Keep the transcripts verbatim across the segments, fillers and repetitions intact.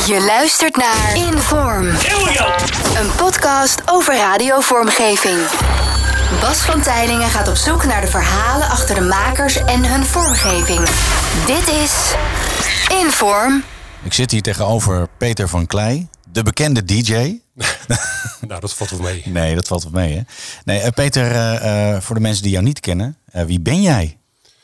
Je luistert naar Inform. Here we go. Een podcast over radiovormgeving. Bas van Tijlingen gaat op zoek naar de verhalen achter de makers en hun vormgeving. Dit is Inform. Ik zit hier tegenover Peter van Klei, de bekende D J. Nou, dat valt wel mee. Nee, dat valt wel mee, hè? Nee, uh, Peter, uh, uh, voor de mensen die jou niet kennen, uh, wie ben jij?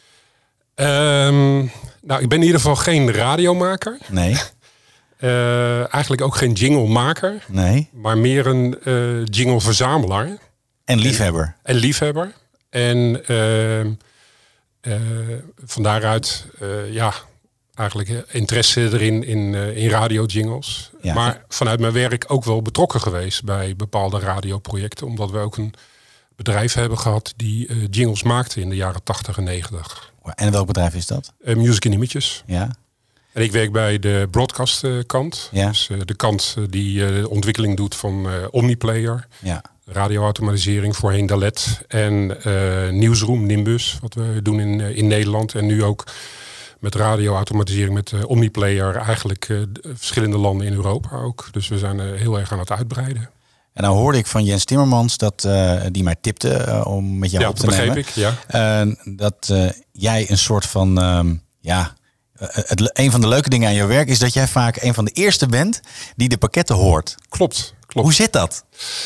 Um, nou, ik ben in ieder geval geen radiomaker. Nee. Uh, eigenlijk ook geen jinglemaker. Nee. Maar meer een uh, jingleverzamelaar. En liefhebber. En, en liefhebber. En uh, uh, van daaruit, uh, ja, eigenlijk interesse erin in, uh, in radiojingles. Ja. Maar vanuit mijn werk ook wel betrokken geweest bij bepaalde radioprojecten. Omdat we ook een bedrijf hebben gehad die uh, jingles maakte in de jaren tachtig en negentig. En welk bedrijf is dat? Uh, Music and Images. Ja. En ik werk bij de broadcast kant. Ja. Dus uh, de kant die uh, de ontwikkeling doet van uh, Omniplayer. Ja. Radioautomatisering, voorheen Dalet. En uh, Nieuwsroom, Nimbus, wat we doen in, uh, in Nederland. En nu ook met radioautomatisering met uh, Omniplayer. Eigenlijk uh, verschillende landen in Europa ook. Dus we zijn uh, heel erg aan het uitbreiden. En nou hoorde ik van Jens Timmermans, dat, uh, die mij tipte uh, om met jou ja, op te nemen. Ja, dat begreep ik, ja. Uh, dat uh, jij een soort van... Um, ja, uh, het, een van de leuke dingen aan jouw werk is dat jij vaak een van de eerste bent die de pakketten hoort. Klopt, klopt. Hoe zit dat?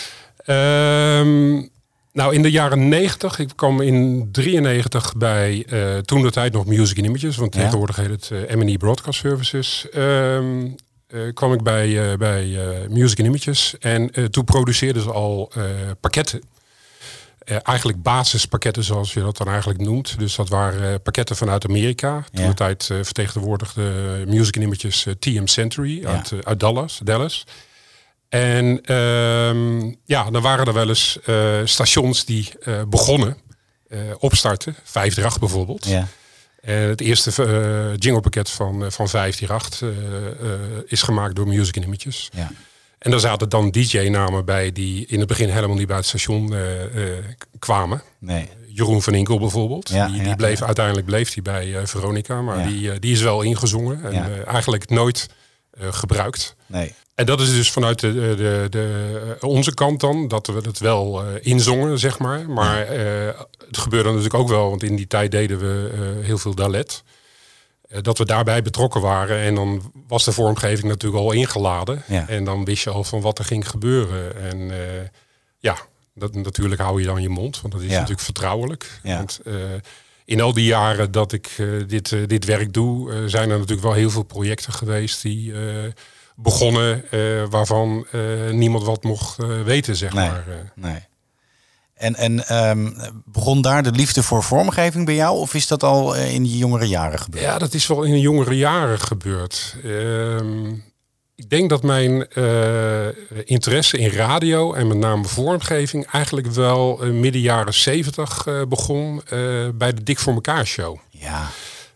Um, nou, in de jaren negentig, ik kwam in drieënnegentig bij uh, toen de tijd nog Music and Images, want ja. tegenwoordig heet het uh, M and E Broadcast Services. Um, Uh, kwam ik bij, uh, bij uh, Music and Images en uh, toen produceerden ze al uh, pakketten. Uh, eigenlijk basispakketten zoals je dat dan eigenlijk noemt. Dus dat waren uh, pakketten vanuit Amerika. Toen ja. de tijd uh, vertegenwoordigde Music and Images uh, T M Century ja. uit, uh, uit Dallas, Dallas. En uh, ja, dan waren er wel eens uh, stations die uh, begonnen, uh, opstarten. vijf drie acht bijvoorbeeld. Ja. En het eerste uh, jinglepakket van, uh, van vijf drie acht uh, uh, is gemaakt door Music and Images. Ja. En daar zaten dan D J-namen bij die in het begin helemaal niet bij het station uh, uh, kwamen. Nee. Jeroen van Inkel bijvoorbeeld. Ja, die, die ja, bleef, ja. Uiteindelijk bleef hij bij uh, Veronica, maar ja. die, uh, die is wel ingezongen. En ja. uh, eigenlijk nooit uh, gebruikt. Nee. En dat is dus vanuit de, de, de, onze kant dan, dat we het wel uh, inzongen, zeg maar. Maar uh, het gebeurde natuurlijk ook wel, want in die tijd deden we uh, heel veel Dalet. Uh, dat we daarbij betrokken waren. En dan was de vormgeving natuurlijk al ingeladen. Ja. En dan wist je al van wat er ging gebeuren. En uh, ja, dat, natuurlijk hou je dan je mond, want dat is ja. natuurlijk vertrouwelijk. Ja. Want, uh, in al die jaren dat ik uh, dit, uh, dit werk doe, uh, zijn er natuurlijk wel heel veel projecten geweest die... Uh, begonnen uh, waarvan uh, niemand wat mocht uh, weten, zeg nee, maar. Uh. Nee. En, en um, begon daar de liefde voor vormgeving bij jou? Of is dat al uh, in je jongere jaren gebeurd? Ja, dat is wel in de jongere jaren gebeurd. Uh, ik denk dat mijn uh, interesse in radio en met name vormgeving eigenlijk wel uh, midden jaren zeventig uh, begon uh, bij de Dik voor elkaar show. Ja.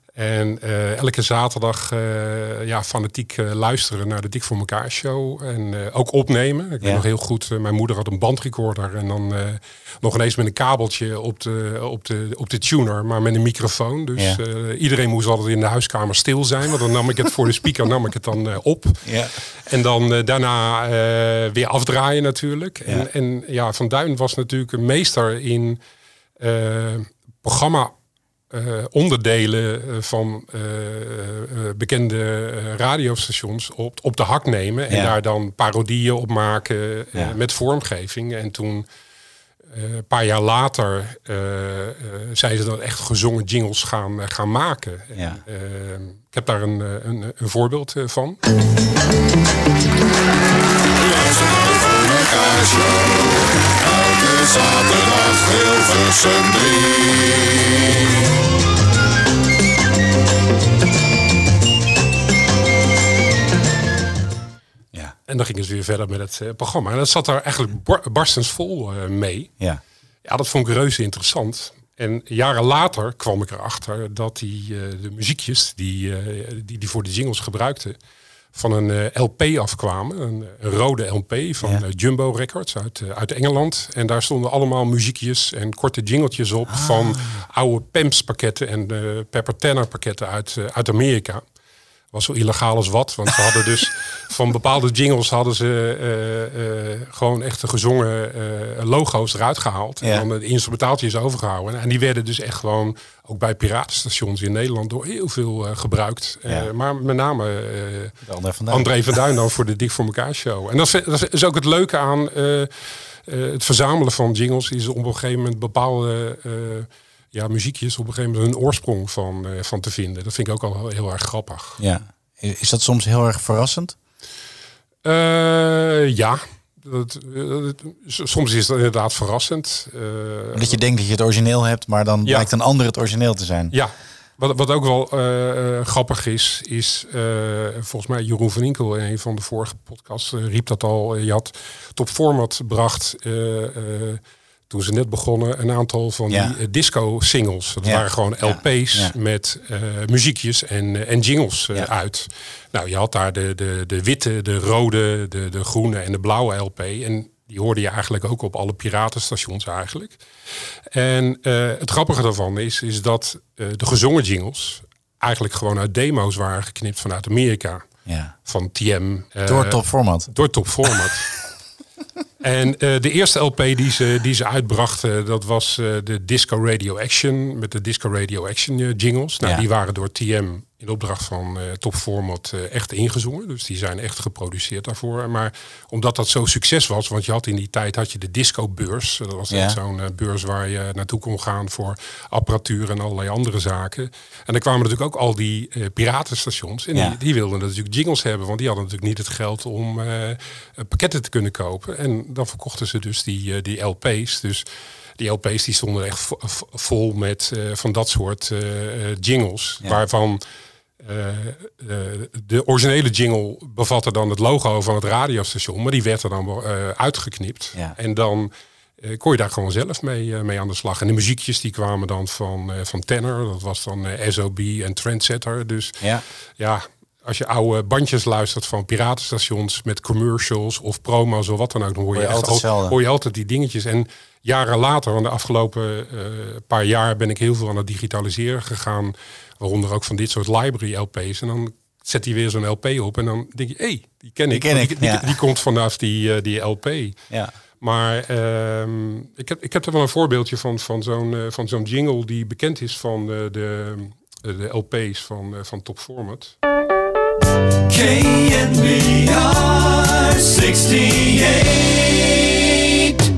En uh, elke zaterdag uh, ja, fanatiek uh, luisteren naar de Dik voor elkaar show. En uh, ook opnemen. Ik weet ja. nog heel goed, uh, mijn moeder had een bandrecorder. En dan uh, nog ineens met een kabeltje op de, op, de, op de tuner, maar met een microfoon. Dus ja. uh, iedereen moest altijd in de huiskamer stil zijn. Want dan nam ik het voor de speaker nam ik het dan uh, op. Ja. En dan uh, daarna uh, weer afdraaien natuurlijk. Ja. En, en ja, Van Duin was natuurlijk een meester in uh, programma... Uh, onderdelen uh, van uh, uh, bekende uh, radiostations op, op de hak nemen. En ja. daar dan parodieën op maken uh, ja. met vormgeving. En toen, uh, een paar jaar later, uh, uh, zijn ze dan echt gezongen jingles gaan, uh, gaan maken. Ja. En, uh, ik heb daar een, een, een voorbeeld uh, van. Elke zaterdag Hilversum drie. Ja. En dan gingen ze weer verder met het uh, programma. En dat zat daar eigenlijk bar- barstensvol uh, mee. Ja. Ja, dat vond ik reuze interessant. En jaren later kwam ik erachter dat die, uh, de muziekjes die, uh, die die voor de jingles gebruikten... van een uh, L P afkwamen. Een, een rode L P van ja. uh, Jumbo Records uit, uh, uit Engeland. En daar stonden allemaal muziekjes en korte jingletjes op... Ah. van oude P E M S pakketten en uh, Pepper Tanner pakketten uit, uh, uit Amerika. was zo illegaal als wat. Want ze hadden dus van bepaalde jingles hadden ze uh, uh, gewoon echte gezongen uh, logo's eruit gehaald. Ja. En dan de instrumentaaltjes overgehouden. En die werden dus echt gewoon ook bij piratenstations in Nederland door heel veel uh, gebruikt. Ja. Uh, maar met name uh, André van Duin. André van Duin dan voor de Dik voor elkaar show. En dat is, dat is ook het leuke aan uh, uh, het verzamelen van jingles. Is op een gegeven moment bepaalde uh, ja, muziekjes op een gegeven moment hun oorsprong van, uh, van te vinden. Dat vind ik ook al heel erg grappig. Ja. Is dat soms heel erg verrassend? Uh, ja. Dat, dat, soms is dat inderdaad verrassend. Uh, dat je denkt dat je het origineel hebt, maar dan ja. blijkt een ander het origineel te zijn. Ja. Wat, wat ook wel uh, uh, grappig is, is uh, volgens mij Jeroen van Inkel in een van de vorige podcasts uh, riep dat al. Uh, je had Top Format bracht uh, uh, toen ze net begonnen een aantal van ja. die uh, disco-singles. Dat ja. waren gewoon L P's ja. Ja. met uh, muziekjes en, uh, en jingles uh, ja. uit. Nou, je had daar de, de, de witte, de rode, de, de groene en de blauwe L P. En die hoorde je eigenlijk ook op alle piratenstations eigenlijk. En uh, het grappige daarvan is, is dat uh, de gezongen jingles eigenlijk gewoon uit demo's waren geknipt vanuit Amerika. Ja. Van T M. Uh, door Top Format. Door Top Format. En uh, de eerste L P die ze, die ze uitbrachten, dat was uh, de Disco Radio Action. Met de Disco Radio Action uh, jingles. Nou, ja. Die waren door T M in opdracht van uh, Top Format uh, echt ingezongen. Dus die zijn echt geproduceerd daarvoor. Maar omdat dat zo succes was, want je had in die tijd had je de discobeurs. Dat was ja. echt zo'n uh, beurs waar je naartoe kon gaan voor apparatuur en allerlei andere zaken. En dan kwamen natuurlijk ook al die uh, piratenstations. En ja. die, die wilden natuurlijk jingles hebben, want die hadden natuurlijk niet het geld om uh, pakketten te kunnen kopen. En dan verkochten ze dus die, uh, die L P's. Dus die L P's die stonden echt vol met uh, van dat soort uh, jingles. Ja. Waarvan uh, uh, de originele jingle bevatte dan het logo van het radiostation. Maar die werd er dan uh, uitgeknipt. Ja. En dan uh, kon je daar gewoon zelf mee, uh, mee aan de slag. En de muziekjes die kwamen dan van, uh, van Tenor. Dat was dan uh, S O B en Trendsetter. Dus ja... ja als je oude bandjes luistert van piratenstations met commercials of promo's of wat dan ook, dan hoor je, hoor je, echt altijd, hoor je altijd die dingetjes. En jaren later, want de afgelopen uh, paar jaar ben ik heel veel aan het digitaliseren gegaan, waaronder ook van dit soort library L P's. En dan zet hij weer zo'n L P op en dan denk je, hé, hey, die ken ik. Die, ken ik, die, die, ja. die, die komt vanaf die, uh, die L P. Ja. Maar um, ik, heb, ik heb er wel een voorbeeldje van, van zo'n uh, van zo'n jingle die bekend is van uh, de, uh, de L P's van, uh, van Top Format. K N B R sixty-eight.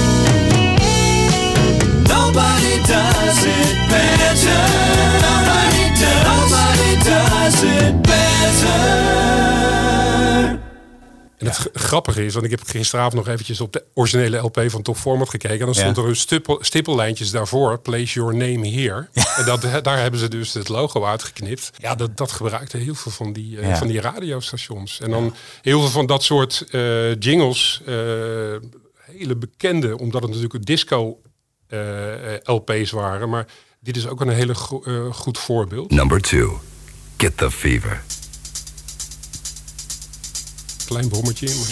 Nobody does it better. Nobody does, Nobody does it better. En het ja. grappige is, want ik heb gisteravond nog eventjes op de originele L P van Top Format gekeken. En dan stond ja. er een stippel, stippellijntjes daarvoor. Place your name here. Ja. En dat, daar hebben ze dus het logo uitgeknipt. Ja, dat, dat gebruikte heel veel van die, uh, ja. van die radiostations. En dan ja. heel veel van dat soort uh, jingles. Uh, hele bekende, omdat het natuurlijk disco uh, L P's waren. Maar dit is ook een hele go- uh, goed voorbeeld. Number two. Get the fever. Klein bommetje. Maar...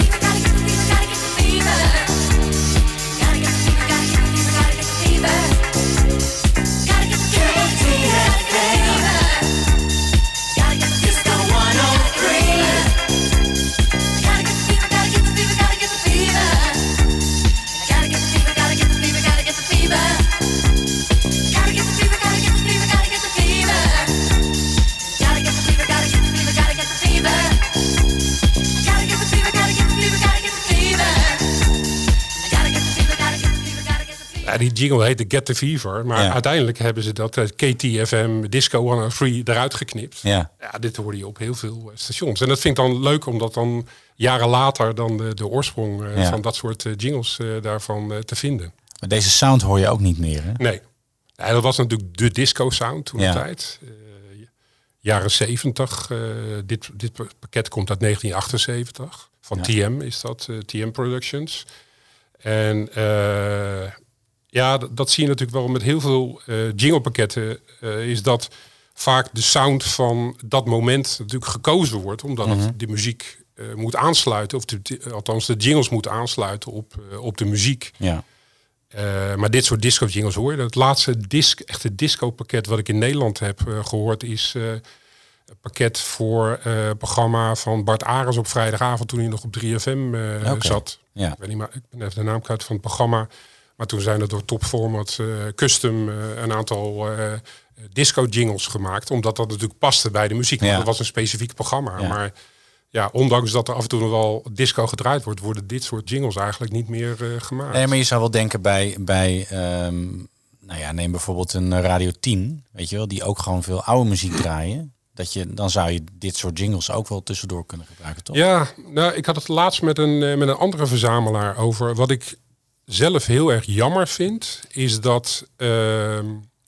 Ja, die jingle heette Get the Fever. Maar ja. uiteindelijk hebben ze dat uh, K T F M Disco honderddrie eruit geknipt. Ja. Ja, dit hoorde je op heel veel stations. En dat vind ik dan leuk, omdat dan jaren later dan de, de oorsprong uh, ja. van dat soort uh, jingles uh, daarvan uh, te vinden. Maar deze sound hoor je ook niet meer, hè? Nee. Ja, dat was natuurlijk de disco sound toen ja. de tijd. Uh, jaren zeventig. Uh, dit, dit pakket komt uit negentien achtenzeventig. Van ja. T M is dat, uh, T M Productions. En... Uh, Ja, dat, dat zie je natuurlijk wel met heel veel uh, jinglepakketten. Uh, is dat vaak de sound van dat moment natuurlijk gekozen wordt. Omdat mm-hmm. het de muziek uh, moet aansluiten. Of de, de, althans de jingles moeten aansluiten op, uh, op de muziek. Ja. Uh, maar dit soort disco jingles hoor je. Het laatste disc, echte disco pakket wat ik in Nederland heb uh, gehoord is... Uh, pakket voor uh, het programma van Bart Arends op vrijdagavond toen hij nog op drie F M uh, okay. zat. Ja. Ik weet niet, maar ik ben even de naam kwijt van het programma. Maar toen zijn er door Top Format uh, Custom uh, een aantal uh, disco jingles gemaakt. Omdat dat natuurlijk paste bij de muziek. Ja. Dat was een specifiek programma. Ja. Maar ja, ondanks dat er af en toe nog wel disco gedraaid wordt, worden dit soort jingles eigenlijk niet meer uh, gemaakt. Nee, maar je zou wel denken bij, bij um, nou ja, neem bijvoorbeeld een Radio tien, weet je wel, die ook gewoon veel oude muziek draaien. Dat je, dan zou je dit soort jingles ook wel tussendoor kunnen gebruiken, toch? Ja, nou, ik had het laatst met een, met een andere verzamelaar over. Wat ik zelf heel erg jammer vind, is dat uh,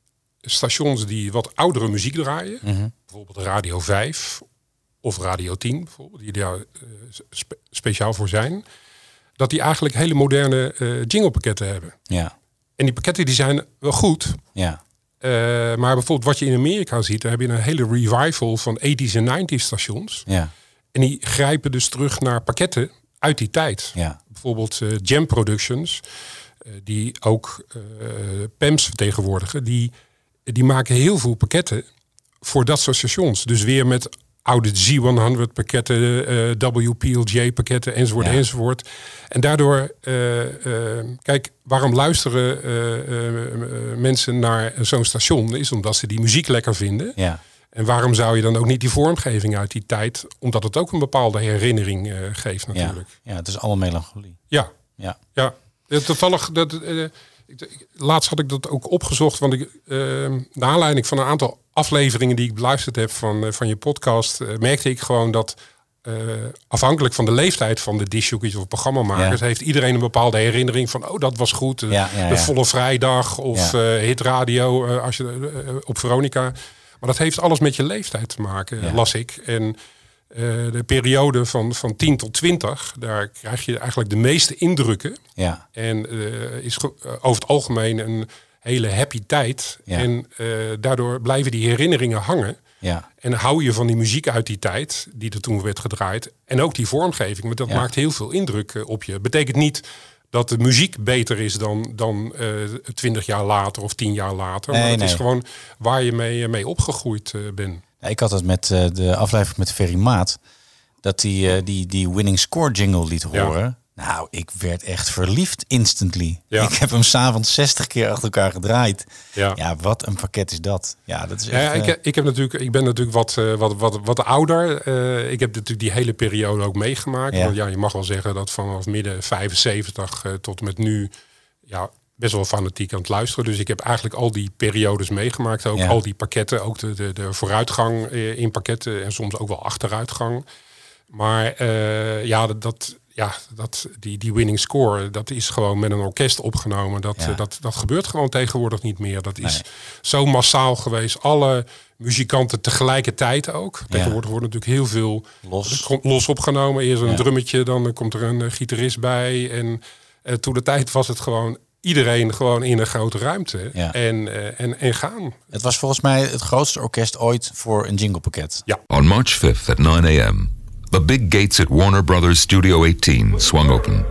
stations die wat oudere muziek draaien, mm-hmm. bijvoorbeeld Radio vijf of Radio tien, bijvoorbeeld, die daar uh, spe- speciaal voor zijn, dat die eigenlijk hele moderne uh, jinglepakketten hebben. Ja. En die pakketten die zijn wel goed. Ja. Uh, maar bijvoorbeeld wat je in Amerika ziet, daar heb je een hele revival van tachtig en negentig stations. Ja. En die grijpen dus terug naar pakketten uit die tijd. Ja. Bijvoorbeeld uh, Jam Productions, uh, die ook uh, P E Ms vertegenwoordigen, die, die maken heel veel pakketten voor dat soort stations. Dus weer met oude Z honderd pakketten, uh, W P L J pakketten, enzovoort, ja. enzovoort. En daardoor, uh, uh, kijk, waarom luisteren uh, uh, mensen naar zo'n station? Is omdat ze die muziek lekker vinden. Ja. En waarom zou je dan ook niet die vormgeving uit die tijd, omdat het ook een bepaalde herinnering uh, geeft natuurlijk. Ja. ja, het is allemaal melancholie. Ja, ja. ja. Toevallig, dat, uh, ik, laatst had ik dat ook opgezocht, want ik, uh, naar aanleiding van een aantal afleveringen die ik beluisterd heb van, uh, van je podcast, uh, merkte ik gewoon dat uh, afhankelijk van de leeftijd van de discjockeys of programmamakers, ja. heeft iedereen een bepaalde herinnering van, oh, dat was goed. Uh, ja, ja, ja. De Volle Vrijdag of ja. uh, Hitradio uh, als je, uh, op Veronica. Maar dat heeft alles met je leeftijd te maken, ja. las ik. En uh, de periode van, van tien tot twintig, daar krijg je eigenlijk de meeste indrukken. Ja. En uh, is ge- uh, over het algemeen een hele happy tijd. Ja. En uh, daardoor blijven die herinneringen hangen. Ja. En hou je van die muziek uit die tijd, die er toen werd gedraaid. En ook die vormgeving, want dat ja. maakt heel veel indruk uh, op je. Betekent niet dat de muziek beter is dan, dan twintig uh, jaar later of tien jaar later. Nee, maar het nee. is gewoon waar je mee, mee opgegroeid uh, bent. Ja, ik had het met uh, de aflevering met Ferry Maat, dat hij uh, die, die winning score jingle liet horen. Ja. Nou, ik werd echt verliefd instantly. Ja. Ik heb hem 's avonds zestig keer achter elkaar gedraaid. Ja. ja, wat een pakket is dat. Ja, dat is echt, ja, ik, ik, heb natuurlijk, ik ben natuurlijk wat, uh, wat, wat, wat ouder. Uh, ik heb natuurlijk die hele periode ook meegemaakt. Ja. Want ja, je mag wel zeggen dat vanaf midden vijfenzeventig uh, tot met nu ja, best wel fanatiek aan het luisteren. Dus ik heb eigenlijk al die periodes meegemaakt. Ook ja. al die pakketten, ook de, de, de vooruitgang uh, in pakketten en soms ook wel achteruitgang. Maar uh, ja, dat... dat Ja, dat, die, die winning score, dat is gewoon met een orkest opgenomen. Dat, ja. dat, dat gebeurt gewoon tegenwoordig niet meer. Dat is nee. zo massaal geweest. Alle muzikanten tegelijkertijd ook. Ja. Tegenwoordig wordt natuurlijk heel veel los, los opgenomen. Eerst een ja. drummetje, dan komt er een uh, gitarist bij. En uh, toen de tijd was het gewoon iedereen gewoon in een grote ruimte. Ja. En, uh, en, en gaan. Het was volgens mij het grootste orkest ooit voor een jinglepakket. Ja. On March fifth at nine a.m., the big gates at Warner Brothers Studio eighteen swung open.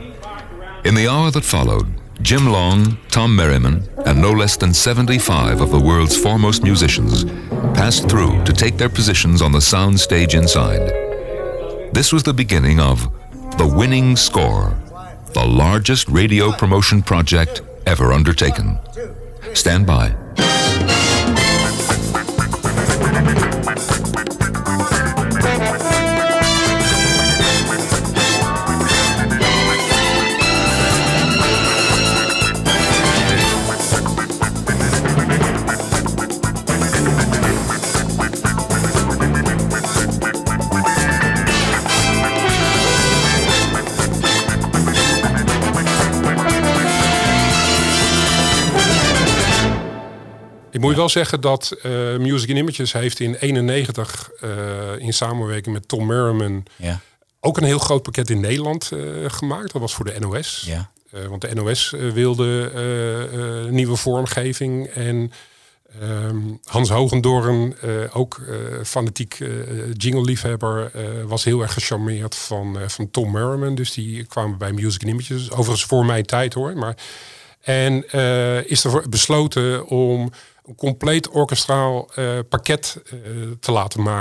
In the hour that followed, Jim Long, Tom Merriman, and no less than seventy-five of the world's foremost musicians passed through to take their positions on the sound stage inside. This was the beginning of The Winning Score, the largest radio promotion project ever undertaken. Stand by. Ik moet wel zeggen dat uh, Music in Images heeft in eenennegentig uh, in samenwerking met Tom Merriman ja. ook een heel groot pakket in Nederland uh, gemaakt. Dat was voor de N O S. Ja. Uh, want de N O S uh, wilde uh, uh, nieuwe vormgeving. En um, Hans Hogendoorn, uh, ook uh, fanatiek uh, jingle-liefhebber, uh, was heel erg gecharmeerd van, uh, van Tom Merriman. Dus die kwamen bij Music in Images. Overigens voor mijn tijd hoor. Maar, en uh, is er besloten om een compleet orkestraal uh, pakket uh, te laten maken. Wow.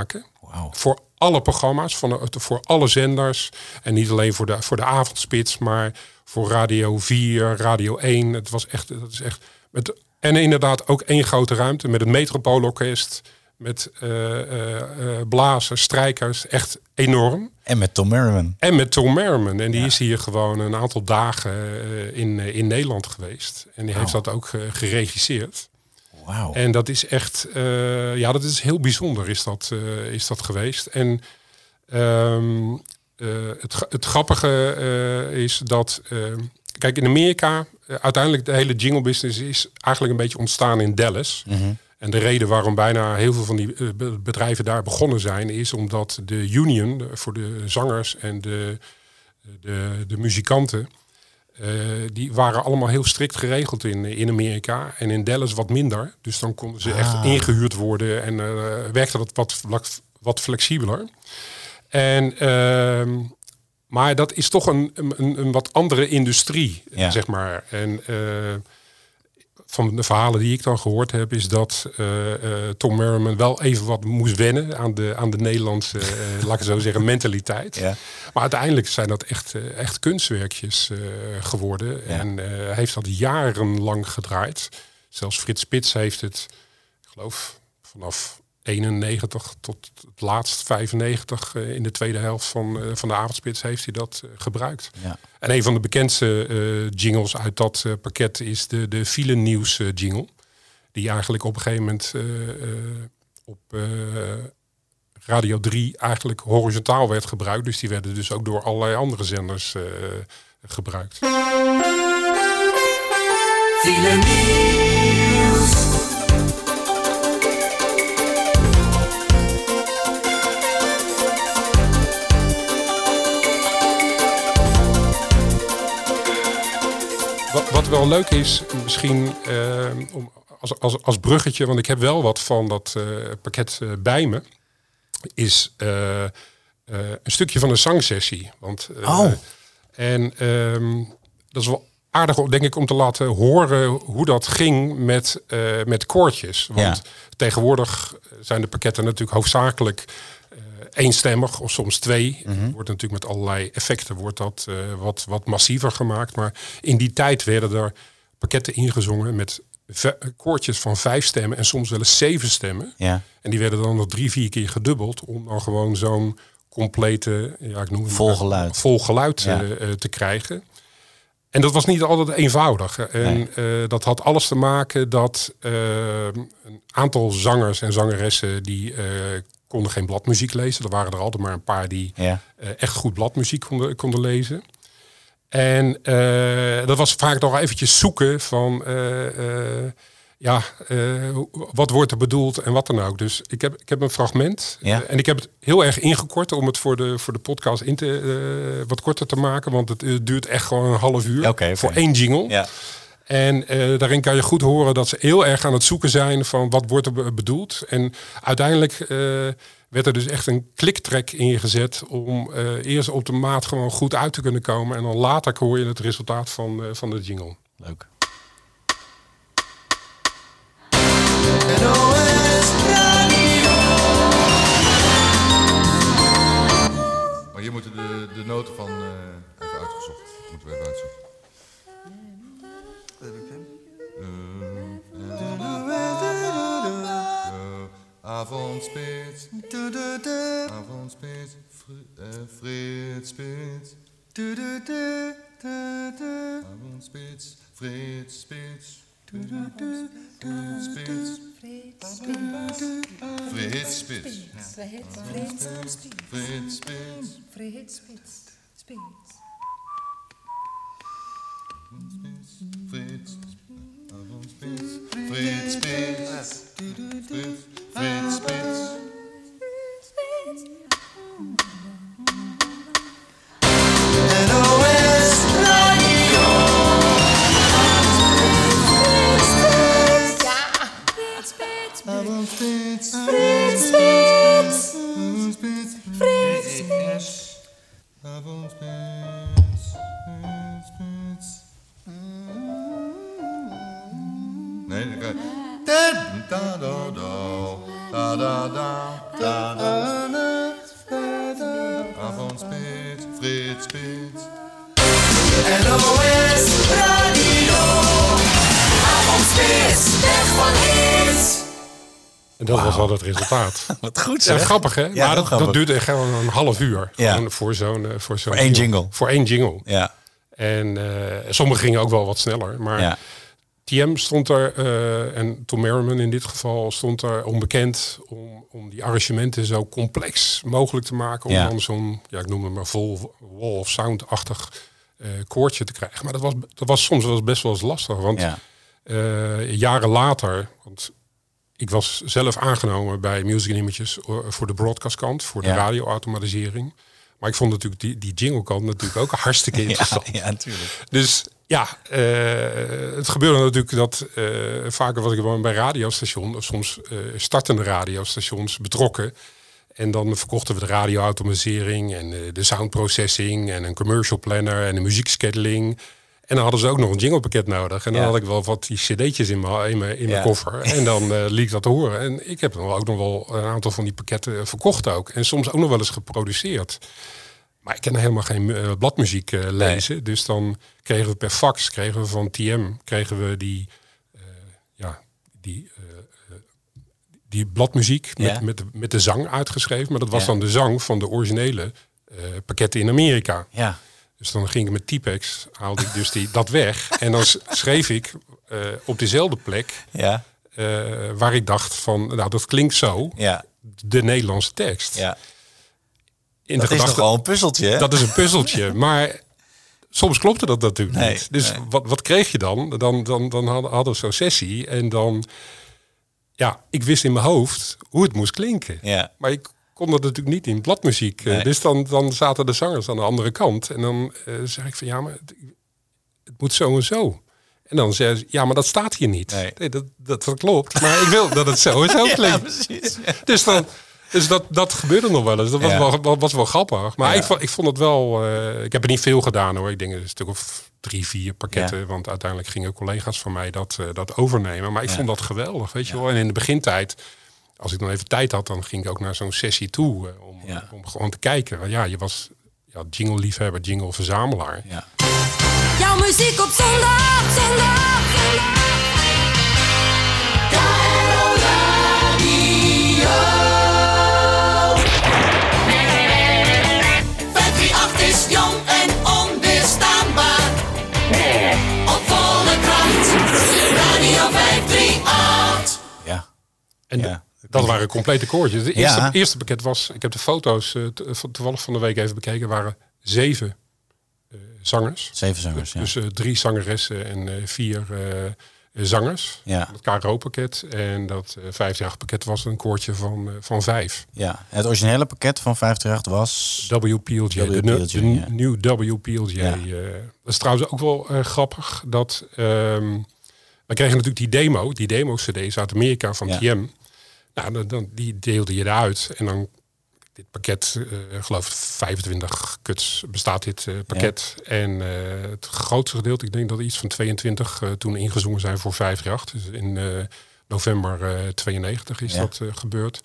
Wow. Voor alle programma's, van, voor alle zenders. En niet alleen voor de, voor de avondspits, maar voor Radio vier, Radio één. Het was echt, dat is echt met, en inderdaad ook één grote ruimte met het Metropoolorkest. Met uh, uh, uh, blazers, strijkers, echt enorm. En met Tom Merriman. En met Tom Merriman. En die Ja. is hier gewoon een aantal dagen uh, in, uh, in Nederland geweest. En die Wow. heeft dat ook uh, geregisseerd. Wauw. En dat is echt, uh, ja, dat is heel bijzonder is dat, uh, is dat geweest. En um, uh, het, het grappige uh, is dat, uh, kijk, in Amerika, uh, uiteindelijk de hele jingle business is eigenlijk een beetje ontstaan in Dallas. Mm-hmm. En de reden waarom bijna heel veel van die uh, bedrijven daar begonnen zijn, is omdat de union de, voor de zangers en de, de, de muzikanten, Uh, die waren allemaal heel strikt geregeld in, in Amerika. En in Dallas wat minder. Dus dan konden ze Ah. echt ingehuurd worden. En uh, werkte dat wat, wat, wat flexibeler. En, uh, maar dat is toch een, een, een wat andere industrie, Ja. zeg maar. En uh, van de verhalen die ik dan gehoord heb, is dat uh, uh, Tom Merriman wel even wat moest wennen aan de, aan de Nederlandse, uh, laat ik zo zeggen, mentaliteit. Ja. Maar uiteindelijk zijn dat echt, uh, echt kunstwerkjes uh, geworden. Ja. En uh, hij heeft dat jarenlang gedraaid. Zelfs Frits Spits heeft het, ik geloof, vanaf eenennegentig tot het laatst vijfennegentig uh, in de tweede helft van, uh, van de avondspits heeft hij dat uh, gebruikt. Ja. En een van de bekendste uh, jingles uit dat uh, pakket is de, de file nieuws uh, jingle. Die eigenlijk op een gegeven moment uh, uh, op uh, Radio drie eigenlijk horizontaal werd gebruikt. Dus die werden dus ook door allerlei andere zenders uh, gebruikt. File nieuws. Wat, wat wel leuk is, misschien uh, om, als, als, als bruggetje, want ik heb wel wat van dat uh, pakket uh, bij me, is uh, uh, een stukje van een zangsessie. Want, uh, Oh. En um, dat is wel aardig, denk ik, om te laten horen hoe dat ging met, uh, met koortjes. Want Ja. tegenwoordig zijn de pakketten natuurlijk hoofdzakelijk uh, eenstemmig of soms twee. Mhm. Wordt natuurlijk met allerlei effecten wordt dat uh, wat, wat massiever gemaakt. Maar in die tijd werden er pakketten ingezongen met v- koortjes van vijf stemmen en soms wel eens zeven stemmen. Ja. En die werden dan nog drie, vier keer gedubbeld om dan gewoon zo'n complete, ja, ik noem het Vol maar, geluid. vol geluid Ja. uh, uh, te krijgen. En dat was niet altijd eenvoudig. En Nee. uh, dat had alles te maken dat uh, een aantal zangers en zangeressen die uh, konden geen bladmuziek lezen. Er waren er altijd maar een paar die Ja. uh, echt goed bladmuziek konden, konden lezen. En uh, dat was vaak nog eventjes zoeken van uh, uh, ja, uh, wat wordt er bedoeld en wat dan ook. Dus ik heb, ik heb een fragment Ja. uh, en ik heb het heel erg ingekort om het voor de, voor de podcast in te, uh, wat korter te maken. Want het uh, duurt echt gewoon een half uur Oké, oké. voor één jingle. Ja. En uh, daarin kan je goed horen dat ze heel erg aan het zoeken zijn van wat wordt er be- bedoeld. En uiteindelijk uh, werd er dus echt een kliktrack ingezet om uh, eerst op de maat gewoon goed uit te kunnen komen. En dan later hoor je het resultaat van, uh, van de jingle. Leuk. N O S Radio. Maar hier moeten de, de noten van uh, even uitgezocht. Moeten we even uitzoeken. Avondspits, avondspits, fr- uh, Frits Spits. Avondspits, Frits Spits. Frits Spits. Frits Spits. Frits Spits. Frits. Avondspits. Frits Spits. Frits. Frits Spits. N O S Radio. Avondspits. Frits Spits. Avondspits. Frits Spits. Avondspits. Frits Spits. Nee, dan ga je... Da da da da da da da da da Frits Spits. N O S Radio. Avondspits, weg van hits. En dat was al het resultaat. Wat goed Ja, zeg. grappig hè? Ja, maar heel dat, grappig. dat duurde echt gewoon een half uur. Ja. Gewoon voor zo'n uh, voor zo'n Voor één jingle. Voor één jingle. Ja. En uh, sommige gingen ook wel wat sneller. Maar Ja. T M stond er, uh, en Tom Merriman in dit geval, stond er onbekend om, om die arrangementen zo complex mogelijk te maken. Om Ja. dan zo'n, ja, ik noem het maar vol wall of sound-achtig uh, koortje te krijgen. Maar dat was, dat was soms wel eens best wel eens lastig. Want Ja. uh, jaren later, want ik was zelf aangenomen bij Music and Images uh, voor de broadcastkant, voor de Ja. radioautomatisering. Maar ik vond natuurlijk die, die jingle-kant natuurlijk ook hartstikke interessant. Ja, ja, natuurlijk. Dus ja, uh, het gebeurde natuurlijk dat uh, vaker was ik wel bij radiostations, of soms uh, startende radiostations betrokken. En dan verkochten we de radioautomatisering en uh, de soundprocessing en een commercial planner en een muziekscheduling. En dan hadden ze ook nog een jinglepakket nodig. En dan Ja. had ik wel wat die cd'tjes in mijn, in mijn, in mijn Ja. koffer. En dan uh, liet ik dat horen. En ik heb dan ook nog wel een aantal van die pakketten verkocht ook. En soms ook nog wel eens geproduceerd. Maar ik kan helemaal geen uh, bladmuziek uh, lezen. Nee. Dus dan kregen we per fax, kregen we van T M, kregen we die, uh, ja, die, uh, uh, die bladmuziek met, Ja. met, de, met de zang uitgeschreven. Maar dat was Ja. dan de zang van de originele uh, pakketten in Amerika. Ja. Dus dan ging ik met T-Pex, haalde ik dus die, dat weg. En dan schreef ik uh, op dezelfde plek, Ja. uh, waar ik dacht van, nou dat klinkt zo, Ja. de Nederlandse tekst. Ja. In Dat de is gedachte, nogal een puzzeltje, hè? dat is een puzzeltje, maar soms klopte dat natuurlijk Nee, niet. Dus nee. wat, wat kreeg je dan? Dan, dan, dan hadden, hadden we zo'n sessie en dan, ja, ik wist in mijn hoofd hoe het moest klinken. Ja. Maar ik kon dat natuurlijk niet in bladmuziek. Nee. Dus dan, dan zaten de zangers aan de andere kant. En dan uh, zeg ik van, ja, maar het, het moet zo en zo. En dan zei ze, ja, maar dat staat hier niet. Nee. Nee, dat, dat, dat klopt. Maar ik wil dat het zo en zo Ja, klinkt. precies. Ja. Dus, dan, dus dat, dat gebeurde nog wel eens. Dat was, Ja. wel, was wel grappig. Maar Ja. ik, vond, ik vond het wel... Uh, ik heb er niet veel gedaan hoor. Ik denk een stuk of drie, vier pakketten. Ja. Want uiteindelijk gingen collega's van mij dat, uh, dat overnemen. Maar ik Ja. vond dat geweldig, weet je wel. En in de begintijd, als ik dan even tijd had, dan ging ik ook naar zo'n sessie toe. Uh, om, Ja. om gewoon te kijken. Want ja, je was ja, jingle-liefhebber, jingle-verzamelaar. Ja. Jouw muziek op zondag, zondag, zondag. vijfhonderdachttien is jong en onweerstaanbaar. Op volle kracht. Radio vijfhonderdachttien. Ja. En Ja. dat waren complete koortjes. Het eerste, Ja. eerste pakket was, ik heb de foto's uh, to- toevallig van de week even bekeken, waren zeven uh, zangers. Zeven zangers, ja. Dus uh, drie zangeressen en uh, vier uh, zangers. Ja. Het K R O-pakket. En dat uh, vijftig pakket was een koortje van, uh, van vijf. Ja. Het originele pakket van vijfhonderdachttien was... W P L J. De, nu- W P L J, de ja. nieuw W P L J. Ja. Uh, dat is trouwens ook wel uh, grappig. Dat, um, wij kregen natuurlijk die demo. Die demo-cd's uit Amerika van Ja. T M. Nou, dan, dan, die deelde je eruit. En dan dit pakket, uh, geloof ik vijfentwintig kuts bestaat dit uh, pakket. Ja. En uh, het grootste gedeelte, ik denk dat er iets van tweeëntwintig uh, toen ingezongen zijn voor vijfhonderdachttien. Dus in uh, november uh, tweeënnegentig is Ja. dat uh, gebeurd.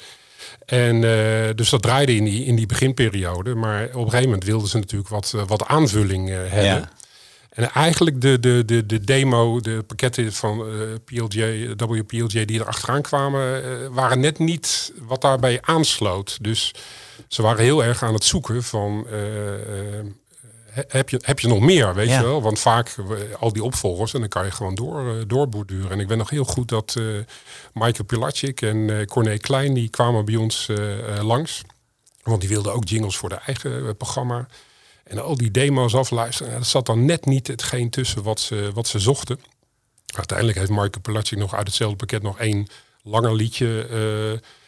En uh, dus dat draaide in die, in die beginperiode. Maar op een gegeven moment wilden ze natuurlijk wat, uh, wat aanvulling uh, hebben. Ja. En eigenlijk de, de, de, de demo, de pakketten van uh, P L J, W P L J die er achteraan kwamen, uh, waren net niet wat daarbij aansloot. Dus ze waren heel erg aan het zoeken van, uh, uh, heb, je, heb je nog meer, weet Ja. je wel? Want vaak uh, al die opvolgers en dan kan je gewoon door, uh, doorborduren. En ik weet nog heel goed dat uh, Michael Pilatschik en uh, Corné Klein, die kwamen bij ons uh, uh, langs. Want die wilden ook jingles voor de eigen uh, programma. En al die demo's afluisteren, ja, dat zat dan net niet hetgeen tussen wat ze, wat ze zochten. Uiteindelijk heeft Michael Pilatschik nog uit hetzelfde pakket nog één langer liedje uh,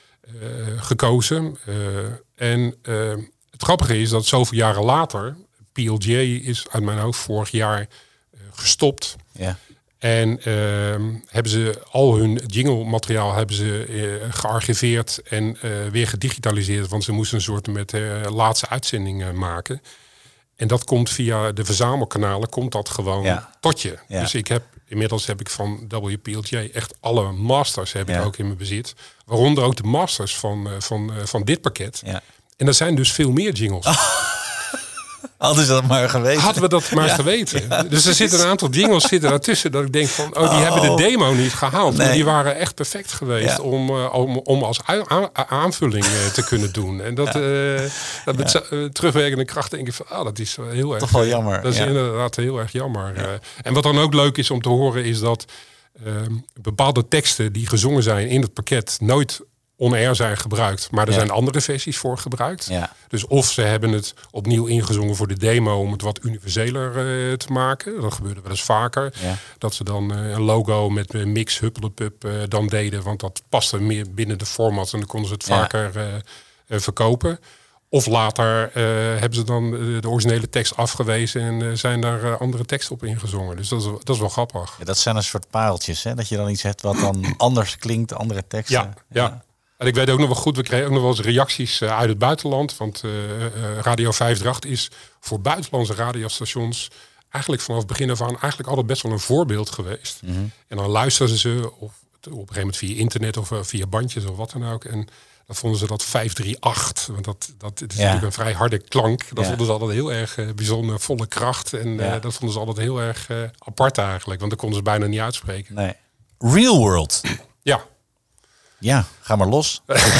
uh, gekozen. Uh, en uh, het grappige is dat zoveel jaren later, P L J is uit mijn hoofd vorig jaar uh, gestopt. Ja. En uh, hebben ze al hun jingle-materiaal hebben ze uh, gearchiveerd en uh, weer gedigitaliseerd. Want ze moesten een soort met uh, laatste uitzending uh, maken. En dat komt via de verzamelkanalen, komt dat gewoon Ja. tot je. Ja. Dus ik heb inmiddels heb ik van W P L J echt alle masters heb Ja. ik ook in mijn bezit. Waaronder ook de masters van, uh, van, uh, van dit pakket. Ja. En er zijn dus veel meer jingles. Hadden ze dat maar geweten. Hadden we dat maar ja. geweten. Ja. Dus er zitten een aantal jingles zitten daartussen dat ik denk van, oh, die oh. hebben de demo niet gehaald. Nee. Maar die waren echt perfect geweest ja. om, uh, om, om als aan, aanvulling uh, te kunnen doen. En dat, ja. uh, dat met ja. uh, terugwerkende kracht denk ik van, ah, dat is heel erg. Toch wel jammer. Dat is ja. inderdaad heel erg jammer. Ja. Uh, en wat dan ook leuk is om te horen is dat uh, bepaalde teksten die gezongen zijn in het pakket nooit on-air zijn gebruikt. Maar er ja. zijn andere versies voor gebruikt. Ja. Dus of ze hebben het opnieuw ingezongen voor de demo om het wat universeler uh, te maken. Dat gebeurde wel eens vaker. Ja. Dat ze dan uh, een logo met uh, mix huppelepup uh, dan deden. Want dat paste meer binnen de format en dan konden ze het ja. vaker uh, uh, verkopen. Of later uh, hebben ze dan uh, de originele tekst afgewezen en uh, zijn daar uh, andere teksten op ingezongen. Dus dat is, dat is wel grappig. Ja, dat zijn een soort pareltjes, hè? Dat je dan iets hebt wat dan anders klinkt, andere teksten. Ja, ja. ja. En ik weet ook nog wel goed, we kregen ook nog wel eens reacties uh, uit het buitenland. Want uh, uh, Radio vijfhonderdachtig is voor buitenlandse radiostations eigenlijk vanaf het begin af aan eigenlijk altijd best wel een voorbeeld geweest. Mm-hmm. En dan luisterden ze of, op een gegeven moment via internet of uh, via bandjes of wat dan ook. En dan vonden ze dat vijfhonderdachtig, want dat, dat het is ja. natuurlijk een vrij harde klank. Dat ja. vonden ze altijd heel erg uh, bijzonder, volle kracht. En ja. uh, dat vonden ze altijd heel erg uh, apart eigenlijk, want dat konden ze bijna niet uitspreken. Nee. Real World. Ja. Ja, ga maar los.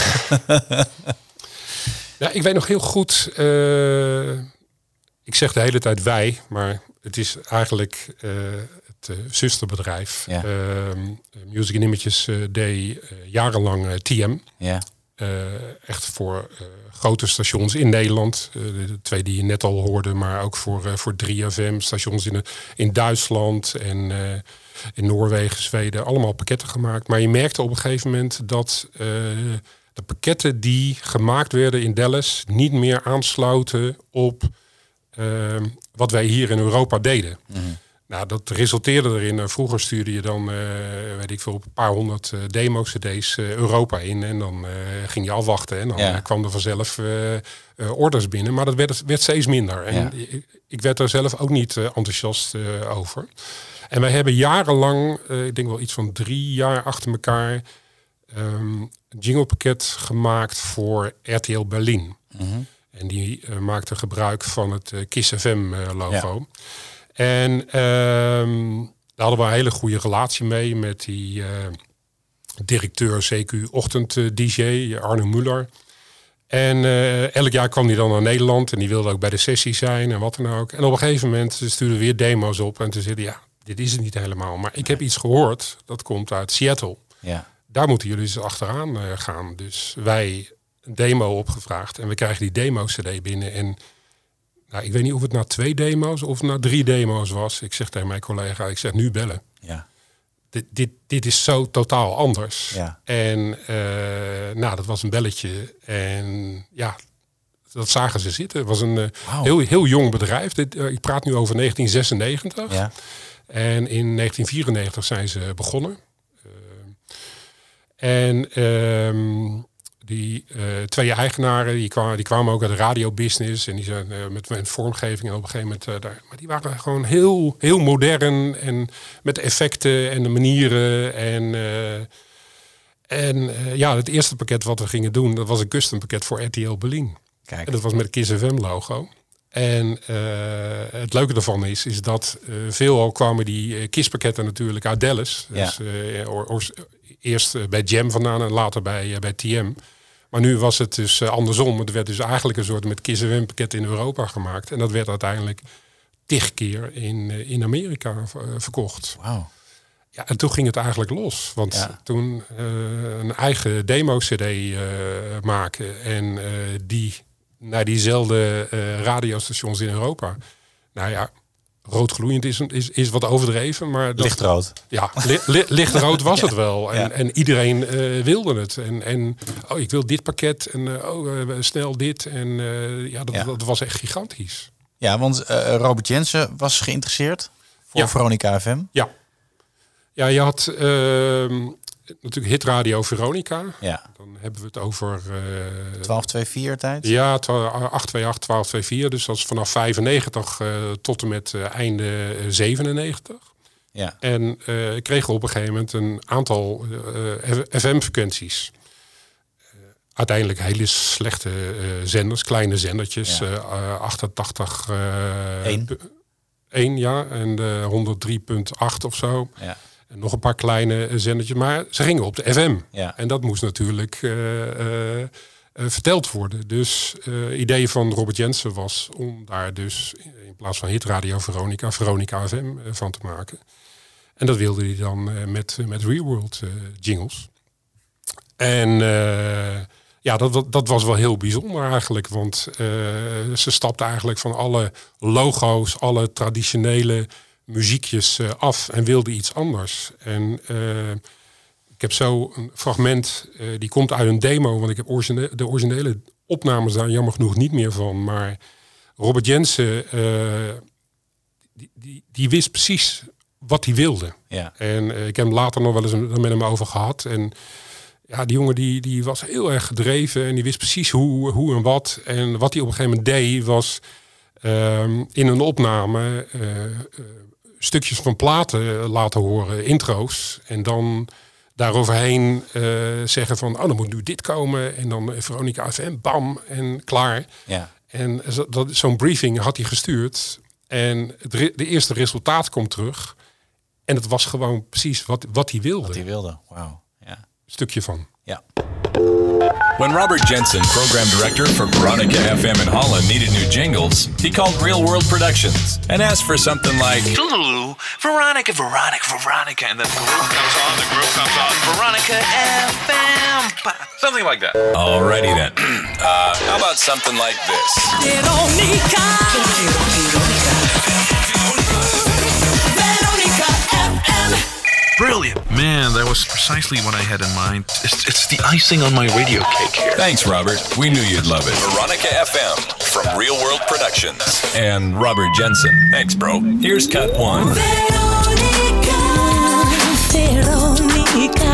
Ja, ik weet nog heel goed, uh, ik zeg de hele tijd wij, maar het is eigenlijk uh, het uh, zusterbedrijf. Ja. Uh, Music and Images uh, deed uh, jarenlang uh, T M. Ja. Uh, echt voor uh, grote stations in Nederland. Uh, de twee die je net al hoorde, maar ook voor, uh, voor drie F M stations in, uh, in Duitsland en uh, in Noorwegen, Zweden. Allemaal pakketten gemaakt. Maar je merkte op een gegeven moment dat uh, de pakketten die gemaakt werden in Dallas niet meer aansloten op uh, wat wij hier in Europa deden. Mm-hmm. Nou, dat resulteerde erin. Vroeger stuurde je dan, uh, weet ik veel, op een paar honderd uh, demo-cd's uh, Europa in. En dan uh, ging je afwachten. En dan ja. uh, kwam er vanzelf uh, uh, orders binnen. Maar dat werd, werd steeds minder. En ja. ik, ik werd er zelf ook niet uh, enthousiast uh, over. En wij hebben jarenlang, uh, ik denk wel iets van drie jaar achter elkaar, um, een jinglepakket gemaakt voor R T L Berlin. Mm-hmm. En die uh, maakte gebruik van het uh, Kiss F M uh, logo. Ja. En um, daar hadden we een hele goede relatie mee met die uh, directeur C Q Ochtend uh, D J, Arno Muller. En uh, elk jaar kwam hij dan naar Nederland en die wilde ook bij de sessie zijn en wat dan ook. En op een gegeven moment stuurden we weer demo's op en toen zei hij, ja, dit is het niet helemaal. Maar ik heb iets gehoord, dat komt uit Seattle. Ja. Daar moeten jullie dus achteraan uh, gaan. Dus wij een demo opgevraagd en we krijgen die demo-cd binnen en nou, ik weet niet of het na twee demo's of na drie demo's was. Ik zeg tegen mijn collega, ik zeg nu bellen. Ja. Dit, dit, dit is zo totaal anders. Ja. En uh, nou, dat was een belletje. En ja, dat zagen ze zitten. Het was een uh, wow. heel, heel jong bedrijf. Dit, uh, ik praat nu over negentien zesennegentig. Ja. En in negentien vierennegentig zijn ze begonnen. Uh, en... Um, Die uh, twee eigenaren, die kwamen, die kwamen ook uit de radiobusiness. En die zijn uh, met, met vormgeving en op een gegeven moment... Uh, daar, maar die waren gewoon heel, heel modern. En met de effecten en de manieren. En, uh, en uh, ja, het eerste pakket wat we gingen doen... dat was een custom pakket voor R T L Berlin. Kijk. En dat was met het Kiss F M logo. En uh, het leuke daarvan is, is dat uh, veelal kwamen die uh, Kiss pakketten natuurlijk uit Dallas. Ja. Dus uh, or, or, eerst uh, bij Jam vandaan en later bij, uh, bij T M. Maar nu was het dus uh, andersom. Het werd dus eigenlijk een soort met Kiss F M pakket in Europa gemaakt. En dat werd uiteindelijk tig keer in, uh, in Amerika uh, verkocht. Wauw. Ja, en toen ging het eigenlijk los. Want ja. toen uh, een eigen demo-cd uh, maken en uh, die naar diezelfde uh, radiostations in Europa. Nou ja, roodgloeiend is, is, is wat overdreven. Maar dat, lichtrood. Ja, li, li, lichtrood was ja. het wel. En, ja. en iedereen uh, wilde het. En, en oh, ik wil dit pakket. En uh, oh, uh, snel dit. En uh, ja, dat, ja, dat was echt gigantisch. Ja, want uh, Robert Jensen was geïnteresseerd voor ja. Veronica F M. Ja. Ja, je had uh, natuurlijk hitradio Veronica. Ja. Dan hebben we het over... Uh, twaalf vierentwintig tijd? Ja, acht twee acht, twaalf vierentwintig. Dus dat is vanaf vijfennegentig uh, tot en met uh, einde uh, zevenennegentig. Ja. En uh, ik kreeg op een gegeven moment een aantal uh, F M-frequenties. Uh, uiteindelijk hele slechte uh, zenders, kleine zendertjes. Ja. Uh, achtentachtig... Uh, Eén. één, ja. En uh, honderddrie komma acht of zo. Ja. En nog een paar kleine zendertjes. Maar ze gingen op de F M. Ja. En dat moest natuurlijk uh, uh, uh, verteld worden. Dus het uh, idee van Robert Jensen was om daar dus in plaats van Hitradio Veronica, Veronica F M uh, van te maken. En dat wilde hij dan uh, met, uh, met Real World uh, jingles. En uh, ja, dat, dat was wel heel bijzonder eigenlijk. Want uh, ze stapte eigenlijk van alle logo's, alle traditionele muziekjes uh, af en wilde iets anders. En uh, ik heb zo een fragment, uh, die komt uit een demo, want ik heb origine- de originele opnames daar jammer genoeg niet meer van. Maar Robert Jensen, uh, die, die, die wist precies wat hij wilde. Ja. En uh, ik heb hem later nog wel eens met hem over gehad. En ja, die jongen die, die was heel erg gedreven en die wist precies hoe, hoe en wat. En wat hij op een gegeven moment deed was um, in een opname uh, uh, stukjes van platen laten horen, intro's. En dan daaroverheen uh, zeggen van, oh, dan moet nu dit komen. En dan Veronica F M, bam, en klaar. Ja. En zo, dat, zo'n briefing had hij gestuurd. En het re- de eerste resultaat komt terug. En het was gewoon precies wat, wat hij wilde. Wat hij wilde, wauw. Ja. Stukje van. Ja. When Robert Jensen, program director for Veronica F M in Holland, needed new jingles, he called Real World Productions and asked for something like Veronica, Veronica, Veronica, and the groove comes on, the groove comes on, Veronica F M, something like that. Alrighty then. Uh, how about something like this? Veronica. Veronica F M. Brilliant. Man, that was precisely what I had in mind. It's, it's the icing on my radio cake here. Thanks, Robert. We knew you'd love it. Veronica F M from Real World Productions. And Robert Jensen. Thanks, bro. Here's cut one. Veronica, Veronica,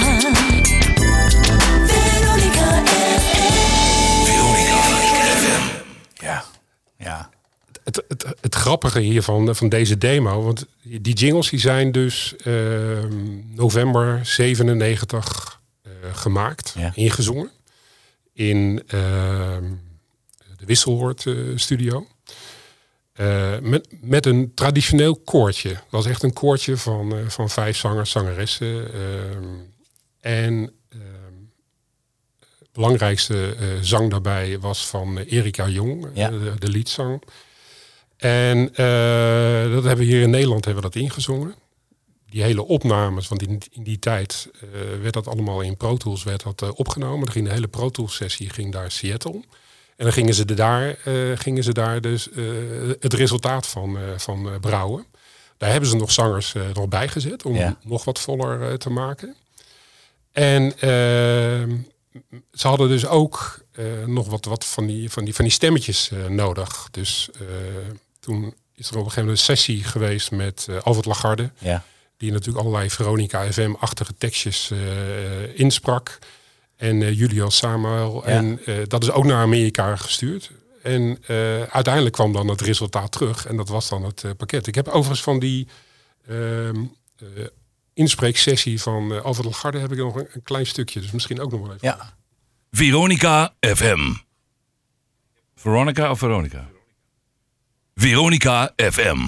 Veronica F M. Veronica F M. Ja, ja. Het, het, het grappige hiervan, van deze demo, want die jingles die zijn dus uh, november zevenennegentig uh, gemaakt, Ja. ingezongen in uh, de Wisselhoort uh, studio. Uh, met, met een traditioneel koortje. Dat was echt een koortje van, uh, van vijf zangers, zangeressen. Uh, en uh, het belangrijkste uh, zang daarbij was van uh, Erika Jong, Ja. uh, de, de liedzang. En uh, dat hebben we hier in Nederland hebben we dat ingezongen. Die hele opnames, want in, in die tijd uh, werd dat allemaal in Pro Tools werd dat, uh, opgenomen. Dan ging de hele Pro Tools sessie ging daar Seattle. En dan gingen ze de daar, uh, gingen ze daar dus uh, het resultaat van, uh, van uh, brouwen. Daar hebben ze nog zangers uh, nog bij gezet om Ja. nog wat voller uh, te maken. En uh, ze hadden dus ook uh, nog wat, wat van, die, van, die, van die stemmetjes uh, nodig. Dus uh, toen is er op een gegeven moment een sessie geweest met uh, Alfred Lagarde. Ja. Die natuurlijk allerlei Veronica F M-achtige tekstjes uh, insprak. En uh, Julius Samuel. Ja. En uh, dat is ook naar Amerika gestuurd. En uh, uiteindelijk kwam dan het resultaat terug. En dat was dan het uh, pakket. Ik heb overigens van die uh, uh, inspreeksessie van uh, Alfred Lagarde heb ik nog een, een klein stukje. Dus misschien ook nog wel even. Ja. Veronica F M. Veronica of Veronica? Veronica F M.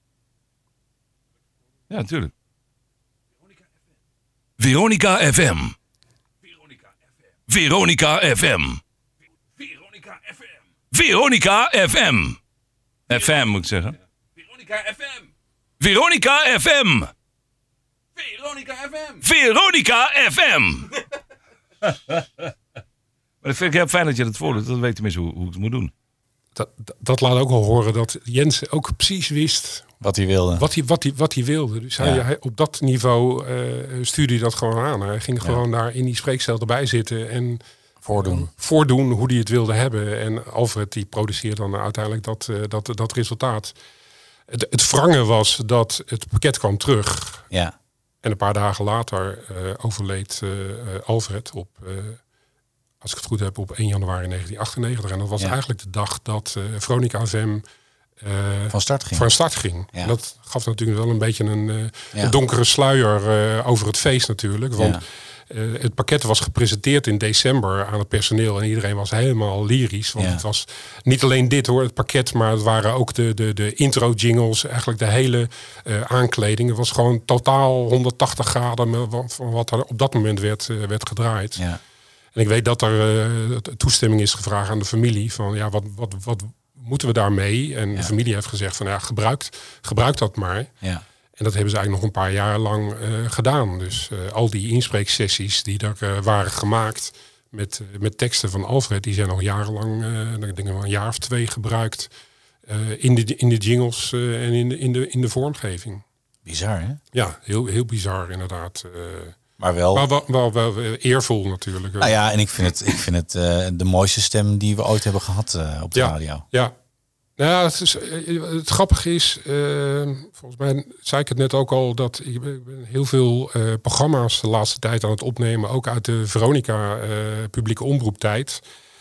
Ja, natuurlijk. Veronica F M. Veronica F M. Veronica F M. Veronica F M. F M moet ik zeggen. Veronica F M. Veronica F M. Veronica F M. Veronica F M. Maar dat vind ik heel fijn dat je dat voordoet. Dan weet je tenminste hoe, hoe ik het moet doen. Dat, dat, dat laat ook wel horen dat Jens ook precies wist Wat hij wilde. wat hij, wat hij, wat hij wilde. Dus hij, Ja. hij, op dat niveau uh, stuurde hij dat gewoon aan. Hij ging gewoon daar in die spreekcel erbij zitten en Voordoen. voordoen hoe hij het wilde hebben. En Alfred die produceerde dan uiteindelijk dat, uh, dat, dat resultaat. Het, het wrange was dat het pakket kwam terug. Ja. En een paar dagen later uh, overleed uh, uh, Alfred op, uh, als ik het goed heb, op één januari negentien achtennegentig. En dat was Ja. eigenlijk de dag dat uh, Veronica F M uh, Van start ging. van start ging. Ja. En dat gaf natuurlijk wel een beetje een, uh, Ja. een donkere sluier uh, over het feest natuurlijk. Want Uh, het pakket was gepresenteerd in december aan het personeel. En iedereen was helemaal lyrisch. Want ja. het was niet alleen dit hoor, het pakket. Maar het waren ook de, de, de intro jingles. Eigenlijk de hele uh, aankleding. Het was gewoon totaal honderdtachtig graden van wat er op dat moment werd, uh, werd gedraaid. Ja. En ik weet dat er uh, toestemming is gevraagd aan de familie. Van ja, wat, wat, wat moeten we daarmee? En ja. de familie heeft gezegd van ja, gebruik, gebruik dat maar. Ja. En dat hebben ze eigenlijk nog een paar jaar lang uh, gedaan. Dus uh, al die inspreeksessies die er uh, waren gemaakt met, uh, met teksten van Alfred, die zijn nog jarenlang, uh, ik denk wel een jaar of twee gebruikt uh, in, de, in de jingles uh, en in de, in, de, in de vormgeving. Bizar, hè? Ja, heel, heel bizar inderdaad. Uh, maar wel... Maar wel, wel, wel, wel eervol natuurlijk. Nou ja, en ik vind het, ik vind het uh, de mooiste stem die we ooit hebben gehad uh, op de ja, radio. Ja. Nou ja, het, is, het grappige is, uh, volgens mij zei ik het net ook al, dat ik ben heel veel uh, programma's de laatste tijd aan het opnemen, ook uit de Veronica uh, publieke omroeptijd.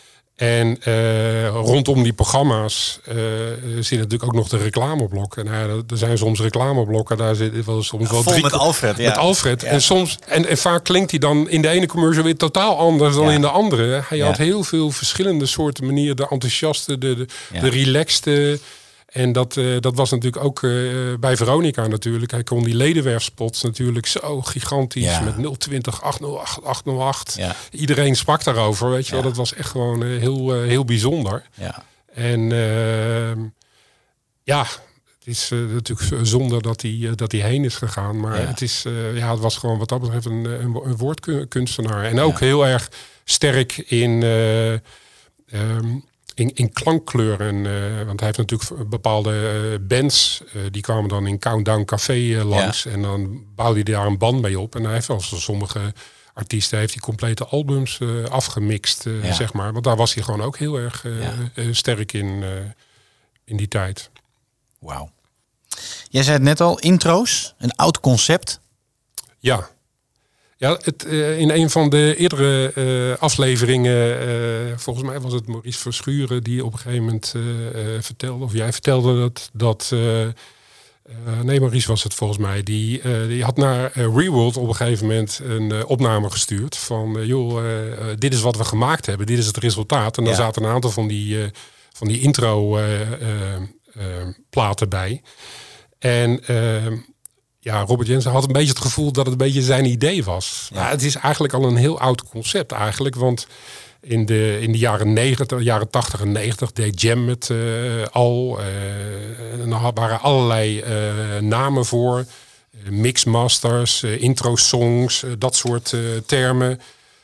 En uh, rondom die programma's uh, zit natuurlijk ook nog de reclameblok. En uh, er zijn soms reclameblokken, daar zit wel soms wel vol drie... met Alfred, ja. Met Alfred. Ja. En, soms, en, en vaak klinkt hij dan in de ene commercial weer totaal anders dan ja. in de andere. Hij ja. had heel veel verschillende soorten manieren. De enthousiaste, de, de, ja. de relaxte. En dat, uh, dat was natuurlijk ook uh, bij Veronica natuurlijk. Hij kon die ledenwerfspots natuurlijk zo gigantisch ja. met nul twintig achthonderdacht achthonderdacht. Ja. Iedereen sprak daarover, weet je ja. wel. Dat was echt gewoon uh, heel, uh, heel bijzonder. Ja. En uh, ja, het is uh, natuurlijk zonde dat hij, uh, dat hij heen is gegaan. Maar ja. het, is, uh, ja, het was gewoon wat dat betreft een, een, een woordkunstenaar. En ook ja. heel erg sterk in... Uh, um, In, in klankkleuren, uh, want hij heeft natuurlijk bepaalde uh, bands, uh, die kwamen dan in Countdown Café uh, langs. Ja. En dan bouwde hij daar een band mee op. En hij heeft wel sommige artiesten heeft hij complete albums uh, afgemixt, uh, ja. zeg maar. Want daar was hij gewoon ook heel erg uh, ja. uh, sterk in, uh, in die tijd. Wauw. Jij zei het net al, intro's, een oud concept. Ja. Ja, het, uh, in een van de eerdere uh, afleveringen, uh, volgens mij was het Maurice Verschuren die op een gegeven moment uh, uh, vertelde, of jij vertelde dat, dat uh, uh, nee Maurice was het volgens mij, die, uh, die had naar uh, Reworld op een gegeven moment een uh, opname gestuurd van, uh, joh, uh, uh, dit is wat we gemaakt hebben, dit is het resultaat. En dan ja. zaten een aantal van die, uh, van die intro uh, uh, uh, platen bij. En... Uh, Ja, Robert Jensen had een beetje het gevoel dat het een beetje zijn idee was. Ja. Maar het is eigenlijk al een heel oud concept eigenlijk. Want in de, in de jaren negentig, jaren tachtig en negentig deed Jam het uh, al. Uh, en er waren allerlei uh, namen voor. Uh, mixmasters, uh, intro-songs, uh, dat soort uh, termen.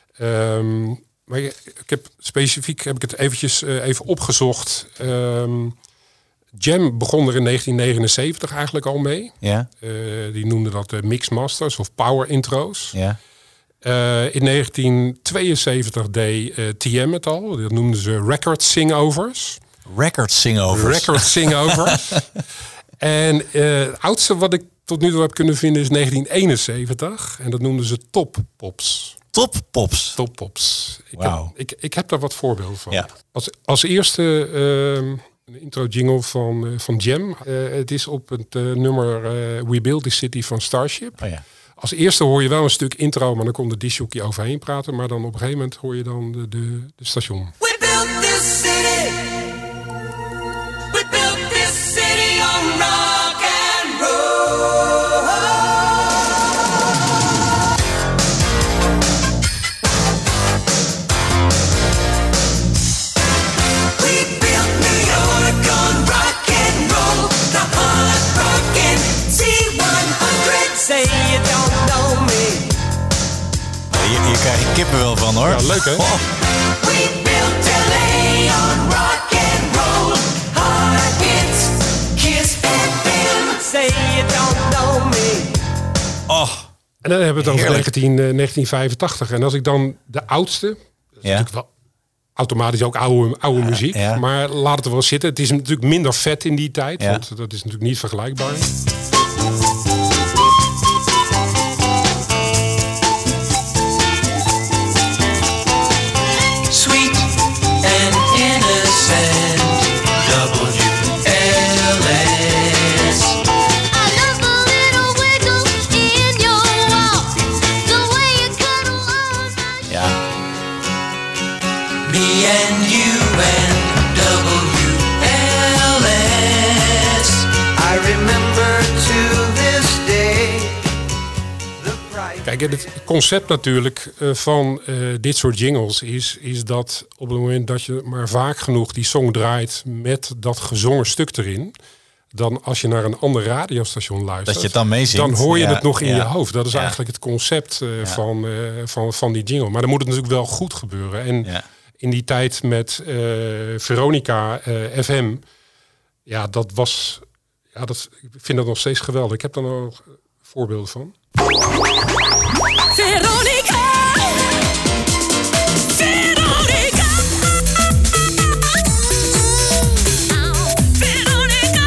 Um, maar ik heb specifiek heb ik het eventjes uh, even opgezocht. Um, Jam begon er in negentien negenenzeventig eigenlijk al mee. Ja. Uh, die noemden dat uh, mixmasters of power intro's. Ja. Uh, in negentien tweeënzeventig deed uh, T M het al. Dat noemden ze record sing-overs. Record sing-overs. Record sing-overs. En uh, het oudste wat ik tot nu toe heb kunnen vinden is negentien eenenzeventig. En dat noemden ze top pops. Top pops? Top pops. Ik, wow. heb, ik, ik heb daar wat voorbeelden van. Ja. Als, als eerste... Uh, een intro jingle van, uh, van Jam. Uh, het is op het uh, nummer uh, We Build the City van Starship. Oh ja. Als eerste hoor je wel een stuk intro, maar dan kon de discjockey overheen praten. Maar dan op een gegeven moment hoor je dan de, de, de station. We built this city. We built this city on rock and roll. Say you don't know me. Hier, hier krijg je kippen wel van hoor. Ja, leuk hè? Oh. We built L A on rock and roll. Hard hits, Kiss F M. Say you don't know me. Oh. En dan hebben we het over negentien, uh, negentien vijfentachtig. En als ik dan de oudste... Dat is ja. natuurlijk wel automatisch ook oude, oude ja, muziek. Ja. Maar laat het er wel zitten. Het is natuurlijk minder vet in die tijd. Ja. Want dat is natuurlijk niet vergelijkbaar. Kijk, het concept natuurlijk uh, van uh, dit soort jingles is, is dat op het moment dat je maar vaak genoeg die song draait met dat gezongen stuk erin, dan als je naar een ander radiostation luistert, dat je het dan meezingt, dan hoor je ja, het nog in ja. je hoofd. Dat is ja. eigenlijk het concept uh, ja. van, uh, van, van die jingle. Maar dan moet het natuurlijk wel goed gebeuren. En ja. in die tijd met uh, Veronica uh, F M, ja, dat was, ja, dat, ik vind dat nog steeds geweldig. Ik heb daar nog voorbeelden van. Veronica! Veronica! Veronica!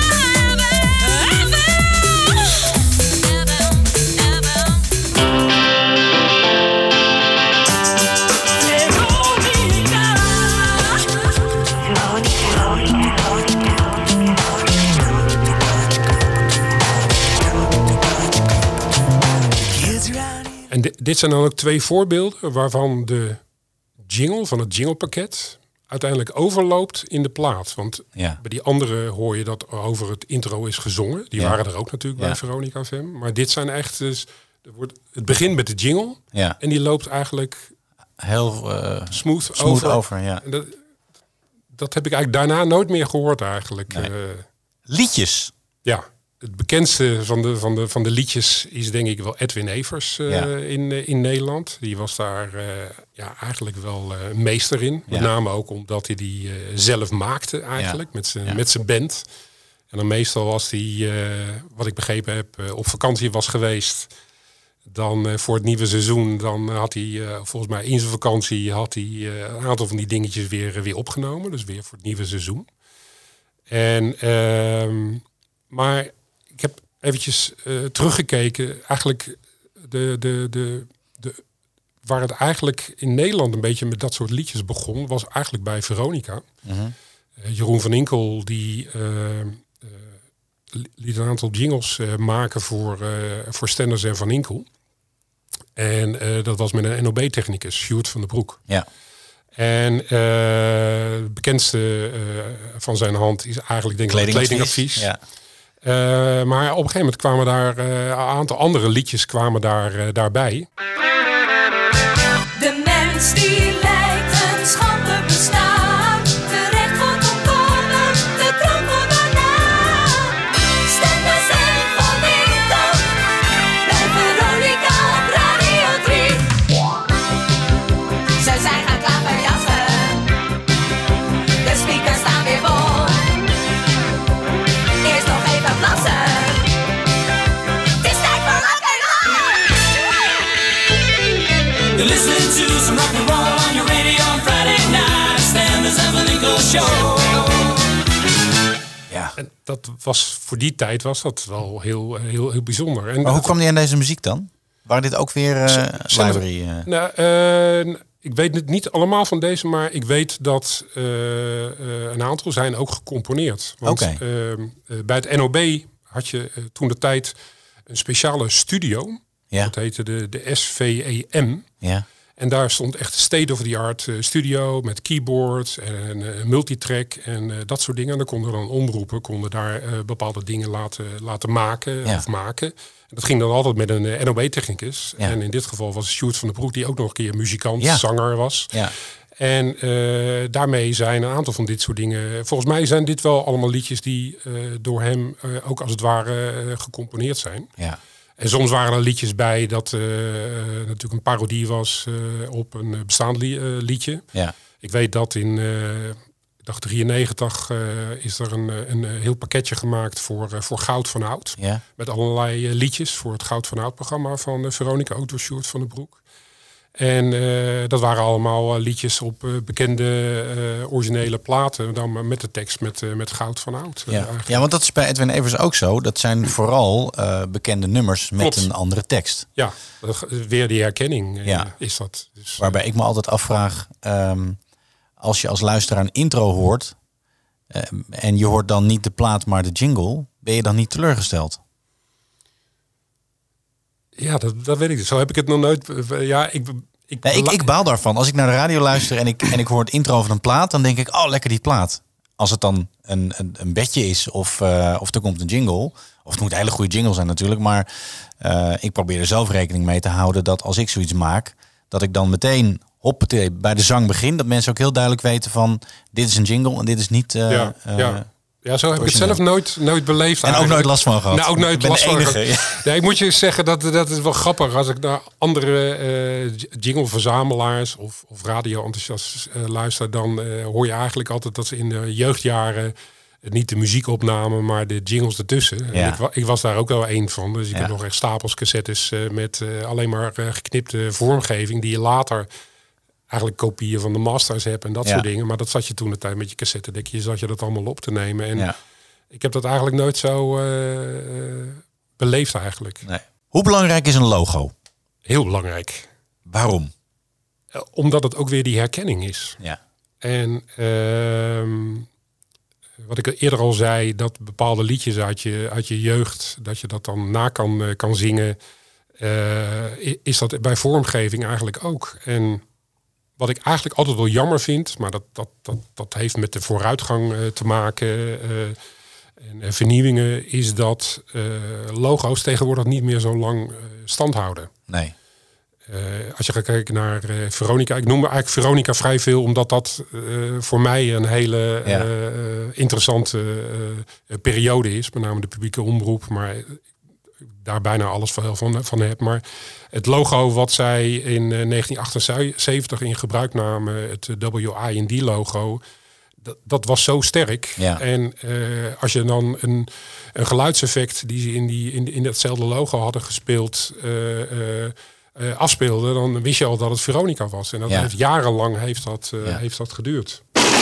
En di- dit zijn dan ook twee voorbeelden waarvan de jingle van het jinglepakket uiteindelijk overloopt in de plaat. Want Ja. bij die andere hoor je dat over het intro is gezongen. Die Ja. waren er ook natuurlijk Ja. bij Veronica F M. Maar dit zijn echt dus, er wordt, het begint met de jingle Ja. en die loopt eigenlijk Heel uh, smooth, smooth over. over. ja. En dat, dat heb ik eigenlijk daarna nooit meer gehoord eigenlijk. Nee. Uh, Liedjes. ja, het bekendste van de, van, de, van de liedjes is denk ik wel Edwin Evers uh, Ja. in, uh, in Nederland. Die was daar uh, ja, eigenlijk wel uh, een meester in. Met Ja. name ook omdat hij die uh, zelf maakte eigenlijk. Ja. Met zijn Ja. met zijn band. En dan meestal als hij, uh, wat ik begrepen heb, uh, op vakantie was geweest. Dan uh, voor het nieuwe seizoen, dan had hij uh, volgens mij in zijn vakantie had hij uh, een aantal van die dingetjes weer, uh, weer opgenomen. Dus weer voor het nieuwe seizoen. En, uh, maar ik heb eventjes uh, teruggekeken. Eigenlijk de, de, de, de, waar het eigenlijk in Nederland een beetje met dat soort liedjes begon, was eigenlijk bij Veronica. Mm-hmm. Uh, Jeroen van Inkel die uh, uh, liet een aantal jingles uh, maken voor, uh, voor Stenders en Van Inkel. En uh, dat was met een N O B-technicus, Sjoerd van den Broek. Ja. En uh, het bekendste uh, van zijn hand is eigenlijk denk ik wel Kledingadvies. kledingadvies. Ja. Uh, maar op een gegeven moment kwamen daar uh, een aantal andere liedjes kwamen daar, uh, daarbij. De mens die lijkt een schande bestaan, terecht voor komkommer, de kroon voor banaan. Stenders en Van Inkel, bij Veronica op Radio drie. Ze zijn gaan klaverjassen, de speakers staan weer vol. Eerst nog even plassen, het is tijd voor rock and roll. You're listening to some rock and roll on your radio on Friday night. Stenders and Van Inkel show. Ja. En dat was voor die tijd was dat wel heel, heel, heel bijzonder. En Maar hoe dat- kwam die aan deze muziek dan? Waren dit ook weer uh, Zijn er- library? Uh? Nou, uh, ik weet het niet allemaal van deze, maar ik weet dat uh, uh, een aantal zijn ook gecomponeerd. Want Oké. uh, uh, bij het N O B had je uh, toen de tijd een speciale studio. Ja. Dat heette de, de S V E M. Ja. En daar stond echt een state-of-the-art uh, studio met keyboards en uh, multitrack en uh, dat soort dingen. En dan konden dan omroepen, konden daar uh, bepaalde dingen laten, laten maken Ja. of maken. En dat ging dan altijd met een uh, N O B-technicus. Ja. En in dit geval was het Sjoerd van den Broek, die ook nog een keer muzikant, Ja. zanger was. Ja. En uh, daarmee zijn een aantal van dit soort dingen... Volgens mij zijn dit wel allemaal liedjes die uh, door hem uh, ook als het ware uh, gecomponeerd zijn. Ja. En soms waren er liedjes bij dat uh, natuurlijk een parodie was uh, op een uh, bestaand li- uh, liedje. Ja. Ik weet dat in uh, ik dacht drieënnegentig uh, is er een, een, een heel pakketje gemaakt voor, uh, voor Goud van Oud. Ja. Met allerlei uh, liedjes voor het Goud van Oud programma van uh, Veronica, ook door Sjoerd van den Broek. En uh, dat waren allemaal uh, liedjes op uh, bekende uh, originele platen. Dan maar met de tekst met, uh, met Goud van Oud. uh, Ja. eigenlijk. ja, want dat is bij Edwin Evers ook zo. Dat zijn vooral uh, bekende nummers met Klopt. een andere tekst. Ja, uh, weer die herkenning uh, Ja. is dat. Dus, Waarbij ik me altijd afvraag, um, als je als luisteraar een intro hoort uh, en je hoort dan niet de plaat, maar de jingle, ben je dan niet teleurgesteld? Ja, dat, dat weet ik. Zo heb ik het nog nooit. Ja, ik, ik, Nee, ik, ik baal daarvan. Als ik naar de radio luister en ik, en ik hoor het intro van een plaat, dan denk ik, oh, lekker die plaat. Als het dan een, een, een bedje is of, uh, of er komt een jingle, Of het moet een hele goede jingle zijn natuurlijk. Maar uh, ik probeer er zelf rekening mee te houden dat als ik zoiets maak, dat ik dan meteen hoppatee bij de zang begin. Dat mensen ook heel duidelijk weten van dit is een jingle en dit is niet... Uh, ja, uh, ja. Ja, zo heb ik het zelf nooit, nooit beleefd. En ook nooit last van gehad. Nou, ook nooit ik ben last de van enige. gehad. Ja, ik moet je zeggen, dat, dat is wel grappig. Als ik naar andere uh, jingle-verzamelaars of, of radio-enthousiast uh, luister, dan uh, hoor je eigenlijk altijd dat ze in de jeugdjaren uh, niet de muziek opnamen, maar de jingles ertussen. Ja. En ik, ik was daar ook wel één van. Dus ik Ja. heb nog echt stapels cassettes uh, met uh, alleen maar uh, geknipte vormgeving die je later eigenlijk kopieën van de masters hebt en dat Ja. soort dingen. Maar dat zat je toen de tijd met je cassettedekje, zat je dat allemaal op te nemen. En Ja. ik heb dat eigenlijk nooit zo uh, beleefd eigenlijk. Nee. Hoe belangrijk is een logo? Heel belangrijk. Waarom? Uh, omdat het ook weer die herkenning is. Ja. En uh, wat ik eerder al zei, dat bepaalde liedjes uit je, uit je jeugd, dat je dat dan na kan, uh, kan zingen, uh, is dat bij vormgeving eigenlijk ook. En wat ik eigenlijk altijd wel jammer vind, maar dat, dat, dat, dat heeft met de vooruitgang uh, te maken uh, en uh, vernieuwingen, is dat uh, logo's tegenwoordig niet meer zo lang uh, stand houden. Nee. Uh, als je gaat kijken naar uh, Veronica, ik noem eigenlijk Veronica vrij veel, omdat dat uh, voor mij een hele Ja. uh, interessante uh, periode is, met name de publieke omroep, maar daar bijna alles van, van, van heb. Maar het logo wat zij in uh, negentien achtenzeventig in gebruik namen, het W I N D-logo, dat, dat was zo sterk. Ja. En uh, als je dan een, een geluidseffect die ze in, die, in, in datzelfde logo hadden gespeeld, uh, uh, uh, afspeelde, dan wist je al dat het Veronica was. En dat Ja. heeft jarenlang heeft dat, uh, Ja. heeft dat geduurd.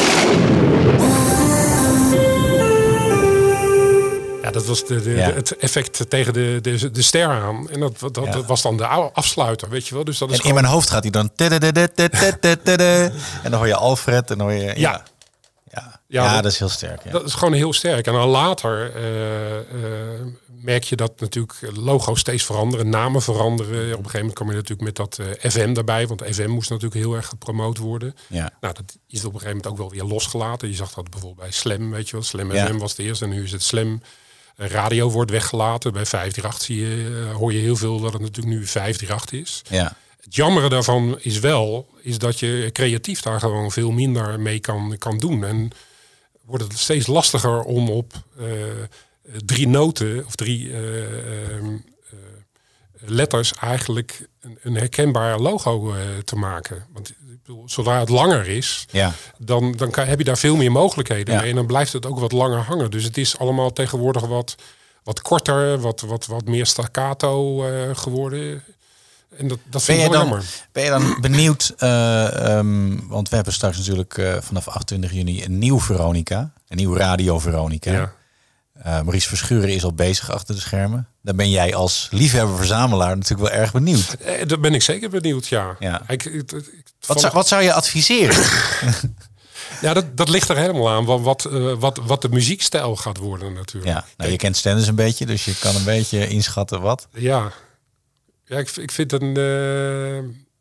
Ja, dat was de, de, Ja. de- het effect tegen de, de, de ster aan. En dat, dat, Ja. dat was dan de oude afsluiter, weet je wel. Dus dat is En in gewoon... mijn hoofd gaat hij dan... tadadadadadadadada. En dan hoor je Alfred en dan hoor je... Ja, Ja. ja. Ja, ja dat- dat is heel sterk. Ja. Dat is gewoon heel sterk. En dan later uh, uh, merk je dat natuurlijk logo's steeds veranderen, namen veranderen. Op een gegeven moment kwam je natuurlijk met dat uh, F M daarbij, want F M moest natuurlijk heel erg gepromoot worden. Ja. Nou, dat is op een gegeven moment ook wel weer losgelaten. Je zag dat bijvoorbeeld bij Slam, weet je wel. Slam Ja. F M was het eerst en nu is het Slam. Uh, radio wordt weggelaten. Bij vijf drie acht zie je, uh, hoor je heel veel dat het natuurlijk nu vijf drie acht is. Ja. Het jammere daarvan is wel, is dat je creatief daar gewoon veel minder mee kan, kan doen. En wordt het steeds lastiger om op uh, drie noten of drie uh, uh, uh, letters eigenlijk een, een herkenbaar logo uh, te maken. Want ik bedoel, zodra het langer is, Ja. dan, dan kan, heb je daar veel meer mogelijkheden Ja. mee. En dan blijft het ook wat langer hangen. Dus het is allemaal tegenwoordig wat, wat korter, wat, wat, wat meer staccato uh, geworden. En dat, dat Ben vind je, ik wel dan, jammer. ben je dan benieuwd, uh, um, want we hebben straks natuurlijk uh, vanaf achtentwintig juni een nieuw Veronica, een nieuw Radio Veronica. Ja. Uh, Maurice Verschuren is al bezig achter de schermen. Dan ben jij als liefhebber-verzamelaar natuurlijk wel erg benieuwd. Eh, daar ben ik zeker benieuwd, ja. Ja. Ik, ik, ik, Wat zou, wat zou je adviseren? Ja, dat, dat ligt er helemaal aan. Wat, wat, uh, wat, wat de muziekstijl gaat worden natuurlijk. Ja, nou, je kent Stennis een beetje, dus je kan een beetje inschatten wat. Ja, ja ik, ik vind een... Uh,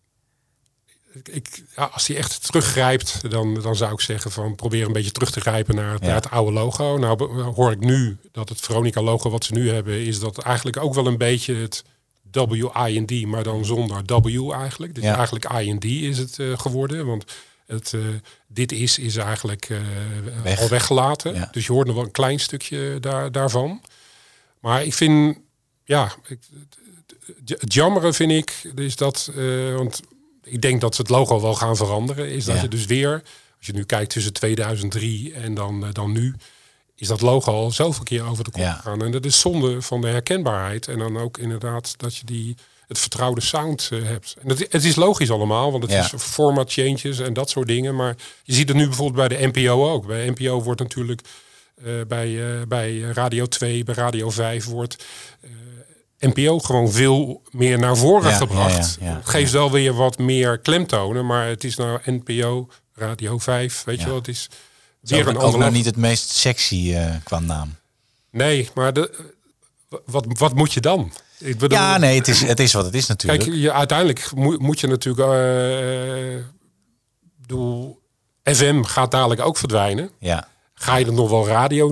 ik, ik, ja, als die echt teruggrijpt, dan, dan zou ik zeggen van probeer een beetje terug te grijpen naar, Ja. naar het oude logo. Nou be- hoor ik nu dat het Veronica logo wat ze nu hebben, is dat eigenlijk ook wel een beetje het W I N D, maar dan zonder W eigenlijk. Dus Ja. eigenlijk I N D is het uh, geworden, want het, uh, dit is, is eigenlijk uh, Weg. al weggelaten. Ja. Dus je hoort nog wel een klein stukje daar, daarvan. Maar ik vind, ja, ik, het jammere vind ik, is dat, uh, want ik denk dat ze het logo wel gaan veranderen, is dat Ja. je dus weer, als je nu kijkt tussen tweeduizend drie en dan, uh, dan nu, is dat logo al zoveel keer over de kop Ja. gegaan. En dat is zonde van de herkenbaarheid. En dan ook inderdaad dat je die het vertrouwde sound uh, hebt. En het, het is logisch allemaal, want het Ja. is format changes en dat soort dingen. Maar je ziet het nu bijvoorbeeld bij de N P O ook. Bij N P O wordt natuurlijk uh, bij, uh, bij Radio twee, bij Radio vijf wordt uh, N P O gewoon veel meer naar voren Ja, gebracht. ja, ja, ja, Het geeft wel weer wat meer klemtonen, maar het is nou N P O, Radio vijf, weet Ja. je wel, het is Weer weer een ook ander. nou niet het meest sexy uh, qua naam. Nee, maar de, wat, wat moet je dan? Ik bedoel, Ja, nee, het is, het is wat het is natuurlijk. kijk, je, uiteindelijk moet, moet je natuurlijk... Uh, bedoel, F M gaat dadelijk ook verdwijnen. Ja, Ga je het nog wel radio noemen?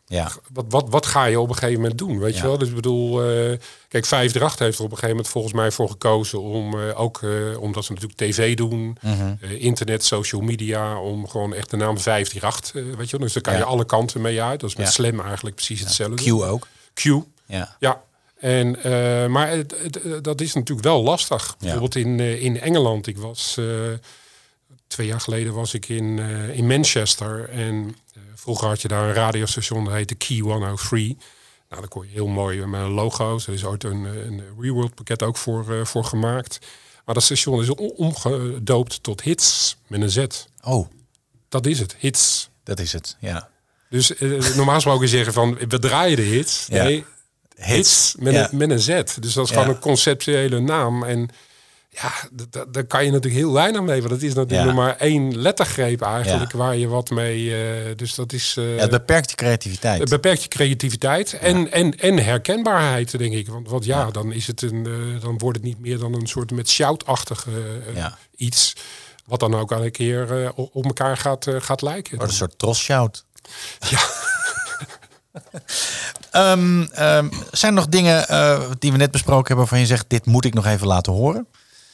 Ja. Wat, wat, wat ga je op een gegeven moment doen? Weet Ja. je wel? Dus ik bedoel, uh, kijk, vijfendertig heeft er op een gegeven moment volgens mij voor gekozen om uh, ook, uh, omdat ze natuurlijk tv doen, Mm-hmm. uh, internet, social media, om gewoon echt de naam vijfendertig, uh, weet je wel? Dus daar kan Ja. je alle kanten mee uit. Dat is met Ja. Slam eigenlijk precies hetzelfde. Q ook. Q. Ja. Ja. En, uh, maar het, het, dat is natuurlijk wel lastig. Ja. Bijvoorbeeld in, uh, in Engeland. Ik was uh, twee jaar geleden was ik in, uh, in Manchester. En uh, vroeger had je daar een radiostation, dat heette Key honderddrie. Nou, daar kon je heel mooi met logo's. Er is ooit een, een Reworld pakket ook voor, uh, voor gemaakt. Maar dat station is om- omgedoopt tot Hits met een Z. Oh, Dat is het, Hits. dat is het. Ja. Dus uh, normaal gesproken zeggen van, we draaien de hits. Ja. Nee, hits met, Ja. een, met een Z. Dus dat is Ja. gewoon een conceptuele naam. En ja, d- d- daar kan je natuurlijk heel weinig mee. Want het is natuurlijk Ja. nog maar één lettergreep eigenlijk Ja. waar je wat mee... uh, dus dat is... uh, Ja, het beperkt je creativiteit. het beperkt je creativiteit en, en, en herkenbaarheid, denk ik. Want, want ja, Ja. dan, is het een, uh, dan wordt het niet meer dan een soort met shout-achtige uh, Ja. iets. Wat dan ook al een keer uh, op op elkaar gaat, uh, gaat lijken. Wordt een soort trosshout. Ja. Um, um, zijn er nog dingen uh, die we net besproken hebben waarvan je zegt, dit moet ik nog even laten horen?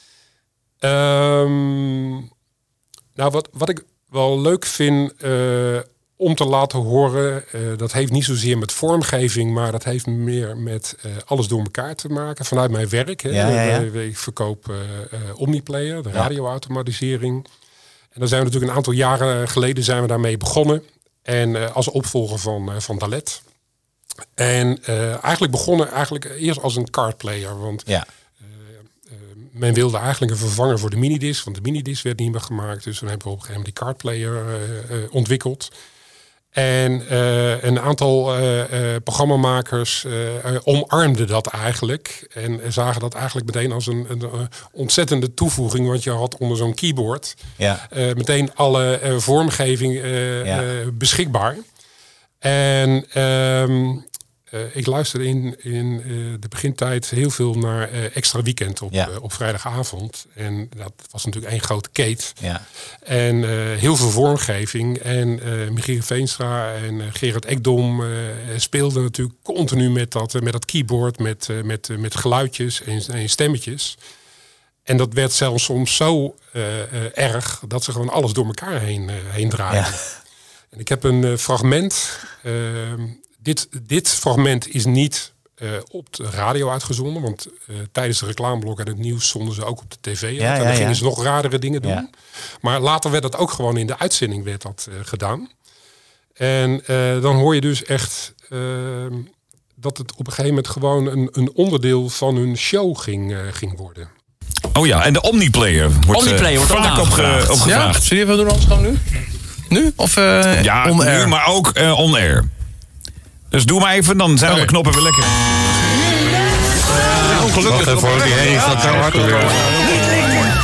Ehm, nou, wat, wat ik wel leuk vind uh, om te laten horen, uh, dat heeft niet zozeer met vormgeving, maar dat heeft meer met uh, alles door elkaar te maken vanuit mijn werk. Hè. Ja, ja, ja. Ik verkoop uh, uh, Omniplayer, de Ja. radioautomatisering. En dan zijn we natuurlijk een aantal jaren geleden zijn we daarmee begonnen. En uh, als opvolger van, uh, van Dalet. En uh, eigenlijk begonnen eigenlijk eerst als een cardplayer. Want Ja. men wilde eigenlijk een vervanger voor de minidisc. Want de minidisc werd niet meer gemaakt. Dus dan hebben we op een gegeven moment die cardplayer uh, uh, ontwikkeld. En uh, een aantal uh, uh, programmamakers uh, uh, omarmden dat eigenlijk. En zagen dat eigenlijk meteen als een, een uh, ontzettende toevoeging. Want je had onder zo'n keyboard Ja. uh, meteen alle uh, vormgeving uh, Ja. uh, beschikbaar. En um, uh, ik luisterde in, in uh, de begintijd heel veel naar uh, Extra Weekend op, Ja. uh, op vrijdagavond. En dat was natuurlijk één grote keet. Ja. En uh, heel veel vormgeving. En uh, Michiel Veenstra en uh, Gerard Ekdom uh, speelden natuurlijk continu met dat, uh, met dat keyboard, met, uh, met, uh, met geluidjes en, en stemmetjes. En dat werd zelfs soms zo uh, uh, erg dat ze gewoon alles door elkaar heen, uh, heen draaiden. Ja. En ik heb een uh, fragment. Uh, dit, dit fragment is niet uh, op de radio uitgezonden. Want uh, tijdens de reclameblok en het nieuws zonden ze ook op de tv uit. Ja, en ja, dan gingen ja. ze nog radere dingen doen. Ja. Maar later werd dat ook gewoon in de uitzending werd dat, uh, gedaan. En uh, dan hoor je dus echt uh, dat het op een gegeven moment gewoon een, een onderdeel van hun show ging, uh, ging worden. Oh ja, en de Omniplayer wordt, Omniplayer wordt vaak ook opge- aangevraagd. opgevraagd. Ja? Zullen we even doen anders gewoon nu? Nu? Of uh, Ja, on air? nu, maar ook uh, on-air. Dus doe maar even, dan zijn Oké. alle knoppen weer lekker. Oh, gelukkig. Wacht even hoor, die herrie staat zo hard te weer.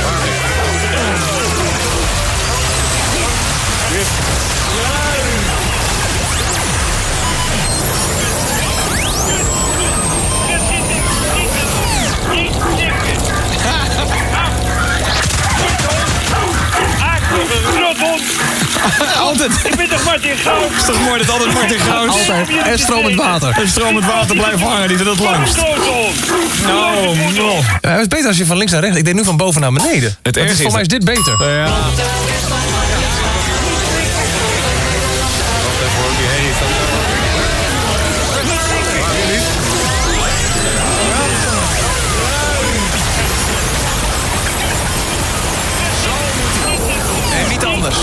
Altijd. Ik ben toch Martin Goud? Is toch mooi dat altijd Martin Gauws... Altijd. En stromend water. En stromend water blijft hangen, die vindt het langst. Nou, no. Ja, het is beter als je van links naar rechts... Ik deed nu van boven naar beneden. Het ergste is, is voor mij is dit beter. Ja. Wacht even hoor, die herrie staat zo hard. Nee, niet anders.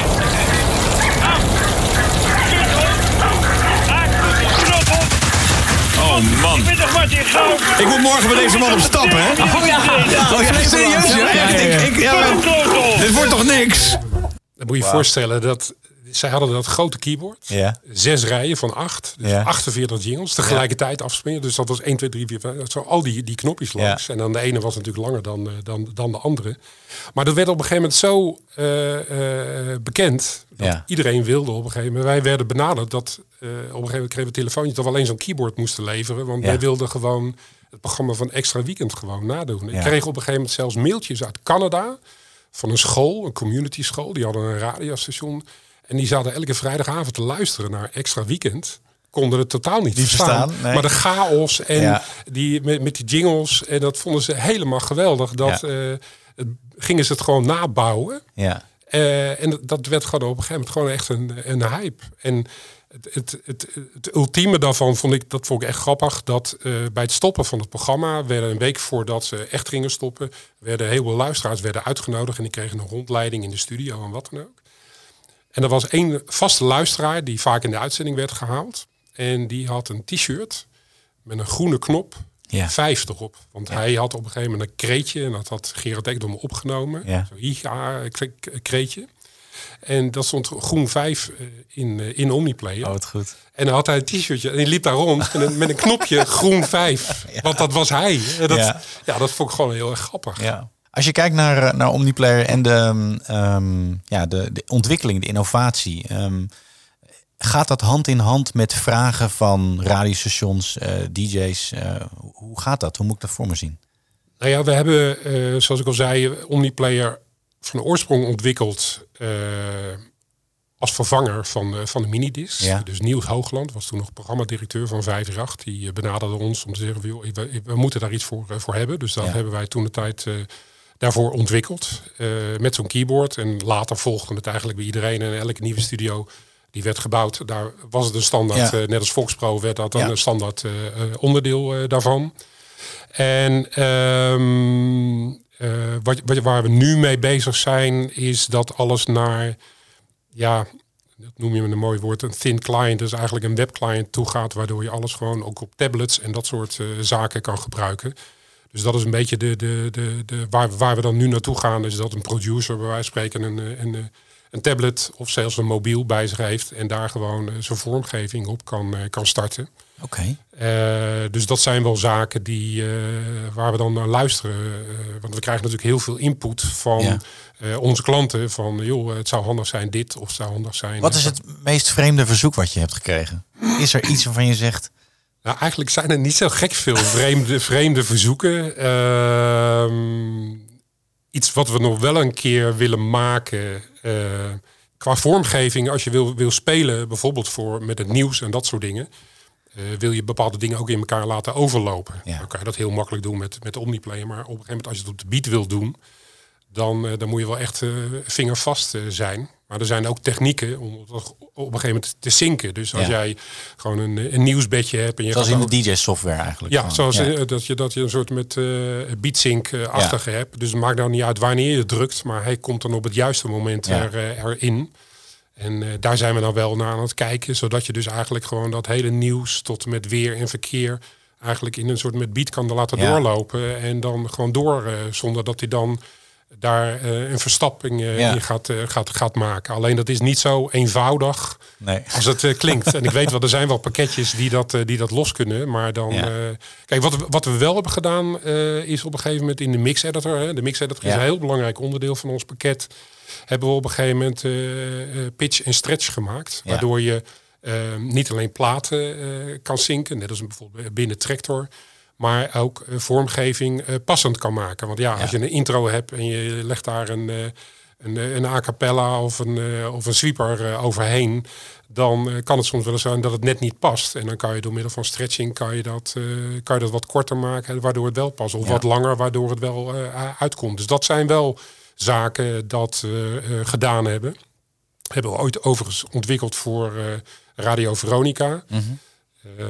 Oh man. Ik ben toch Martin Goud? Ik moet morgen bij deze man op stap, hè? Oh ja. Oh, ja, serieus? Ja, Ja, echt, ik, ik, ja, maar- dit wordt toch niks? Dan moet je je voorstellen dat zij hadden dat grote keyboard. Ja. Zes rijen van acht. Dus Ja. achtenveertig jingles tegelijkertijd afspringen. Dus dat was één, twee, drie, vier, vijf. Zo al die, die knopjes langs. Ja. En dan de ene was natuurlijk langer dan, uh, dan, dan de andere. Maar dat werd op een gegeven moment zo uh, uh, bekend. Dat Ja. iedereen wilde op een gegeven moment. Wij werden benaderd dat uh, op een gegeven moment kregen we een telefoontje dat we alleen zo'n keyboard moesten leveren. Want Ja. wij wilden gewoon het programma van Extra Weekend gewoon nadoen. Ja. Ik kreeg op een gegeven moment zelfs mailtjes uit Canada van een school, een community school. Die hadden een radiostation. En die zaten elke vrijdagavond te luisteren naar Extra Weekend. Konden het totaal niet Die verstaan. verstaan, nee. Maar de chaos en Ja. die, met, met die jingles. En dat vonden ze helemaal geweldig. Dat Ja. eh, het, gingen ze het gewoon nabouwen. Ja. Uh, en dat, dat werd gewoon op een gegeven moment gewoon echt een, een hype. En het, het, het, het ultieme daarvan vond ik, dat vond ik echt grappig. Dat uh, bij het stoppen van het programma werden een week voordat ze echt gingen stoppen, werden heel veel luisteraars werden uitgenodigd en die kregen een rondleiding in de studio en wat dan ook. En er was één vaste luisteraar die vaak in de uitzending werd gehaald. En die had een t-shirt met een groene knop. Ja. Vijf erop. Want Ja. hij had op een gegeven moment een kreetje. En dat had Gerard Ekdom opgenomen. Ja. Zo'n I G A-kreetje. En dat stond groen vijf in, uh, in Omniplayer. Oh, wat goed. En dan had hij een t-shirtje. En die liep daar rond met een, met een knopje groen vijf. Ja. Want dat was hij. En dat, ja. ja, dat vond ik gewoon heel erg grappig. Ja. Als je kijkt naar, naar Omniplayer en de, um, ja, de, de ontwikkeling, de innovatie... Um, gaat dat hand in hand met vragen van radiostations, uh, D J's? Uh, hoe gaat dat? Hoe moet ik dat voor me zien? Nou ja, we hebben, uh, zoals ik al zei, Omniplayer van de oorsprong ontwikkeld uh, als vervanger van, uh, van de minidisc. Ja. Dus Niels Hoogland was toen nog programmadirecteur van vijf drie acht. Die benaderde ons om te zeggen, joh, we, we moeten daar iets voor, uh, voor hebben. Dus dat ja. hebben wij toen de tijd uh, daarvoor ontwikkeld. Uh, met zo'n keyboard. En later volgde het eigenlijk bij iedereen en elke nieuwe studio die werd gebouwd. Daar was het een standaard, ja. uh, net als Volkspro werd dat dan ja. een standaard uh, onderdeel uh, daarvan. En um, uh, wat, wat, waar we nu mee bezig zijn, is dat alles naar, ja, dat noem je met een mooi woord, een thin client, dus eigenlijk een webclient toe gaat, waardoor je alles gewoon ook op tablets en dat soort uh, zaken kan gebruiken. Dus dat is een beetje de, de, de, de, waar, waar we dan nu naartoe gaan, is dat een producer bij wijze van spreken een, een, een, een tablet of zelfs een mobiel bij zich heeft en daar gewoon uh, zijn vormgeving op kan, uh, kan starten. Oké. Okay. Uh, dus dat zijn wel zaken die, uh, waar we dan naar luisteren. Uh, want we krijgen natuurlijk heel veel input van ja. uh, onze klanten. Van, joh, het zou handig zijn dit of het zou handig zijn. Wat is het meest vreemde verzoek wat je hebt gekregen? Is er iets waarvan je zegt... Nou, eigenlijk zijn er niet zo gek veel vreemde, vreemde verzoeken. Uh, iets wat we nog wel een keer willen maken... Uh, qua vormgeving, als je wil, wil spelen, bijvoorbeeld voor met het nieuws en dat soort dingen... Uh, wil je bepaalde dingen ook in elkaar laten overlopen. Ja. Dan kan je dat heel makkelijk doen met, met Omniplayer. Maar op een gegeven moment als je het op de beat wil doen... dan, uh, dan moet je wel echt uh, vingervast uh, zijn. Maar er zijn ook technieken om het op een gegeven moment te zinken. Dus als ja. jij gewoon een, een nieuwsbedje hebt... en je zoals gaat in ook, de D J-software eigenlijk. Ja, gewoon. zoals ja. Uh, dat, je, dat je een soort met uh, beatsync-achtige ja. hebt. Dus het maakt nou niet uit wanneer je drukt... maar hij komt dan op het juiste moment ja. er, uh, erin... En uh, daar zijn we dan wel naar aan het kijken. Zodat je dus eigenlijk gewoon dat hele nieuws tot en met weer en verkeer... eigenlijk in een soort met beat kan laten ja. doorlopen. En dan gewoon door, uh, zonder dat hij dan daar uh, een verstapping uh, ja. in gaat, uh, gaat, gaat maken. Alleen dat is niet zo eenvoudig nee. als het uh, klinkt. En ik weet wel, er zijn wel pakketjes die dat, uh, die dat los kunnen. Maar dan... Ja. Uh, kijk, wat, wat we wel hebben gedaan uh, is op een gegeven moment in de mix editor. Hè. De mix editor ja. is een heel belangrijk onderdeel van ons pakket. Hebben we op een gegeven moment uh, pitch en stretch gemaakt. Ja. Waardoor je uh, niet alleen platen uh, kan zinken, net als bijvoorbeeld binnen Tractor, maar ook uh, vormgeving uh, passend kan maken. Want ja, ja, als je een intro hebt en je legt daar een, uh, een, een a cappella of een, uh, of een sweeper uh, overheen, dan uh, kan het soms wel eens zijn dat het net niet past. En dan kan je door middel van stretching kan je dat, uh, kan je dat wat korter maken, waardoor het wel past. Of ja. wat langer, waardoor het wel uh, uitkomt. Dus dat zijn wel zaken dat we uh, gedaan hebben. Hebben we ooit overigens ontwikkeld voor uh, Radio Veronica. Mm-hmm. Uh,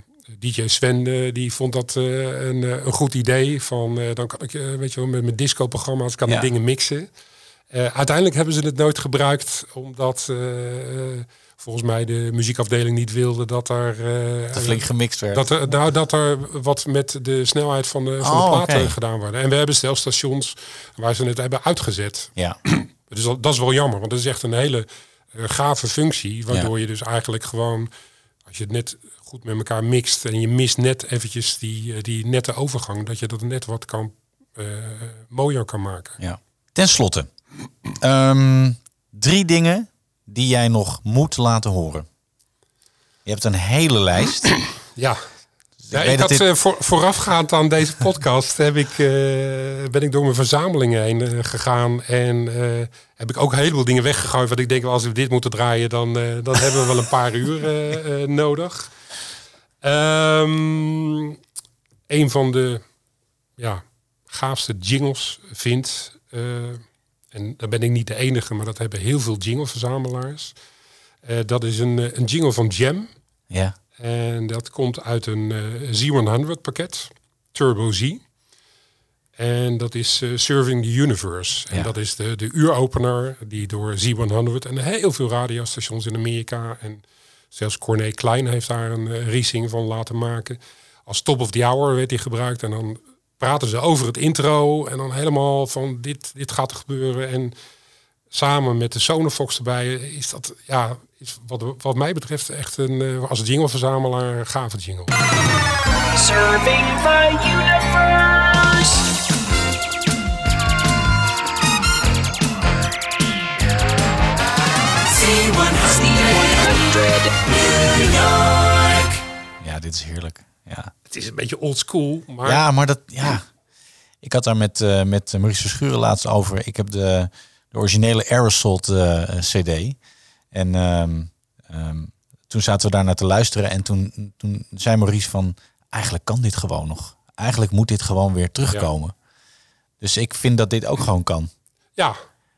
D J Sven uh, die vond dat uh, een, een goed idee. Van uh, dan kan ik uh, weet je wel, met mijn disco-programma's kan ja. ik dingen mixen. Uh, uiteindelijk hebben ze het nooit gebruikt, omdat uh, uh, volgens mij de muziekafdeling niet wilde dat er uh, te flink gemixt werd. Dat er, nou, dat er wat met de snelheid van de, van oh, de platen okay. gedaan wordt. En we hebben zelfs stations waar ze het hebben uitgezet. Ja. Dus dat, dat is wel jammer, want dat is echt een hele uh, gave functie, waardoor ja. je dus eigenlijk gewoon, als je het net goed met elkaar mixt en je mist net eventjes die, uh, die nette overgang, dat je dat net wat kan uh, mooier kan maken. Ja. Ten slotte, um, drie dingen die jij nog moet laten horen. Je hebt een hele lijst. Ja. Ja, weet ik dat had dit- eh, voor, voorafgaand aan deze podcast heb ik, eh, ben ik door mijn verzamelingen heen eh, gegaan. En eh, heb ik ook een heleboel dingen weggegooid. Want ik denk, wel, als we dit moeten draaien, dan, eh, dan hebben we wel een paar uur eh, eh, nodig. Um, een van de ja, gaafste jingles vind, uh, en daar ben ik niet de enige, maar dat hebben heel veel jingleverzamelaars. Uh, dat is een, een jingle van Jam. Ja. En dat komt uit een uh, Z honderd pakket, Turbo Z. En dat is uh, Serving the Universe. En Ja. dat is de, de uuropener die door Z honderd en heel veel radiostations in Amerika... en zelfs Corné Klein heeft daar een uh, racing van laten maken. Als top of the hour werd die gebruikt. En dan praten ze over het intro. En dan helemaal van dit, dit gaat er gebeuren. En samen met de Sonofox erbij is dat, ja, is wat, wat mij betreft echt een, uh, als jingleverzamelaar, een gave jingle. Serving the universe. C honderd New York. Ja, dit is heerlijk. Ja. Het is een beetje old school, maar... Ja, maar dat... Ja. Ik had daar met, uh, met Maurice Verschuren laatst over. Ik heb de, de originele Aerosol uh, C D. En um, um, toen zaten we daar naar te luisteren. En toen, toen zei Maurice van... Eigenlijk kan dit gewoon nog. Eigenlijk moet dit gewoon weer terugkomen. Ja. Dus ik vind dat dit ook gewoon kan. Ja,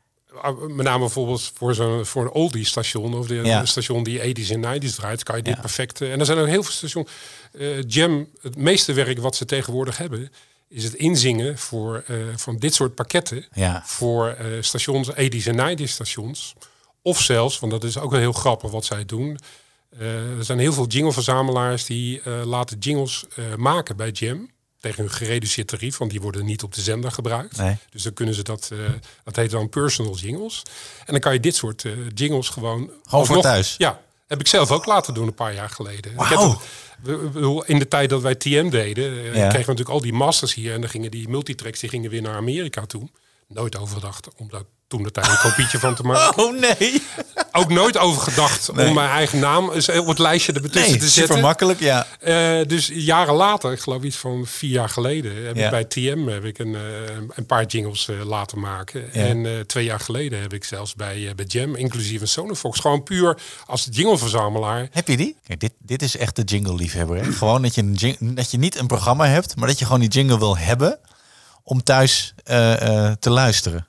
met name bijvoorbeeld voor, zo'n, voor een oldie station... of de, ja. een station die eighties en nineties draait... kan je dit ja. perfect... En er zijn ook heel veel stations... Uh, Jam, het meeste werk wat ze tegenwoordig hebben... is het inzingen voor, uh, van dit soort pakketten... Ja. voor uh, stations, eighties en nineties stations. Of zelfs, want dat is ook wel heel grappig wat zij doen... Uh, er zijn heel veel jingleverzamelaars die uh, laten jingles uh, maken bij Jam... tegen een gereduceerd tarief, want die worden niet op de zender gebruikt. Nee. Dus dan kunnen ze dat, uh, dat heet dan personal jingles. En dan kan je dit soort uh, jingles gewoon... Gewoon voor thuis? Ja, heb ik zelf ook laten doen een paar jaar geleden. Wow. Ik heb het, in de tijd dat wij T M deden, uh, ja. kregen we natuurlijk al die masters hier... en dan gingen die multitracks die gingen weer naar Amerika toe. Nooit overgedacht om daar toen de tijd een kopietje van te maken. Oh nee! Ook nooit over gedacht nee. om mijn eigen naam op het lijstje ertussen nee, te zetten. Super makkelijk, ja. Uh, dus jaren later, ik geloof iets van vier jaar geleden, heb ja. ik bij T M heb ik een, uh, een paar jingles uh, laten maken. Ja. En uh, twee jaar geleden heb ik zelfs bij, uh, bij Jam, inclusief een Sonofox, gewoon puur als jingleverzamelaar. Heb je die? Kijk, dit, dit is echt de jingle-liefhebber. Hè? Gewoon dat je, een jing- dat je niet een programma hebt, maar dat je gewoon die jingle wil hebben om thuis uh, uh, te luisteren.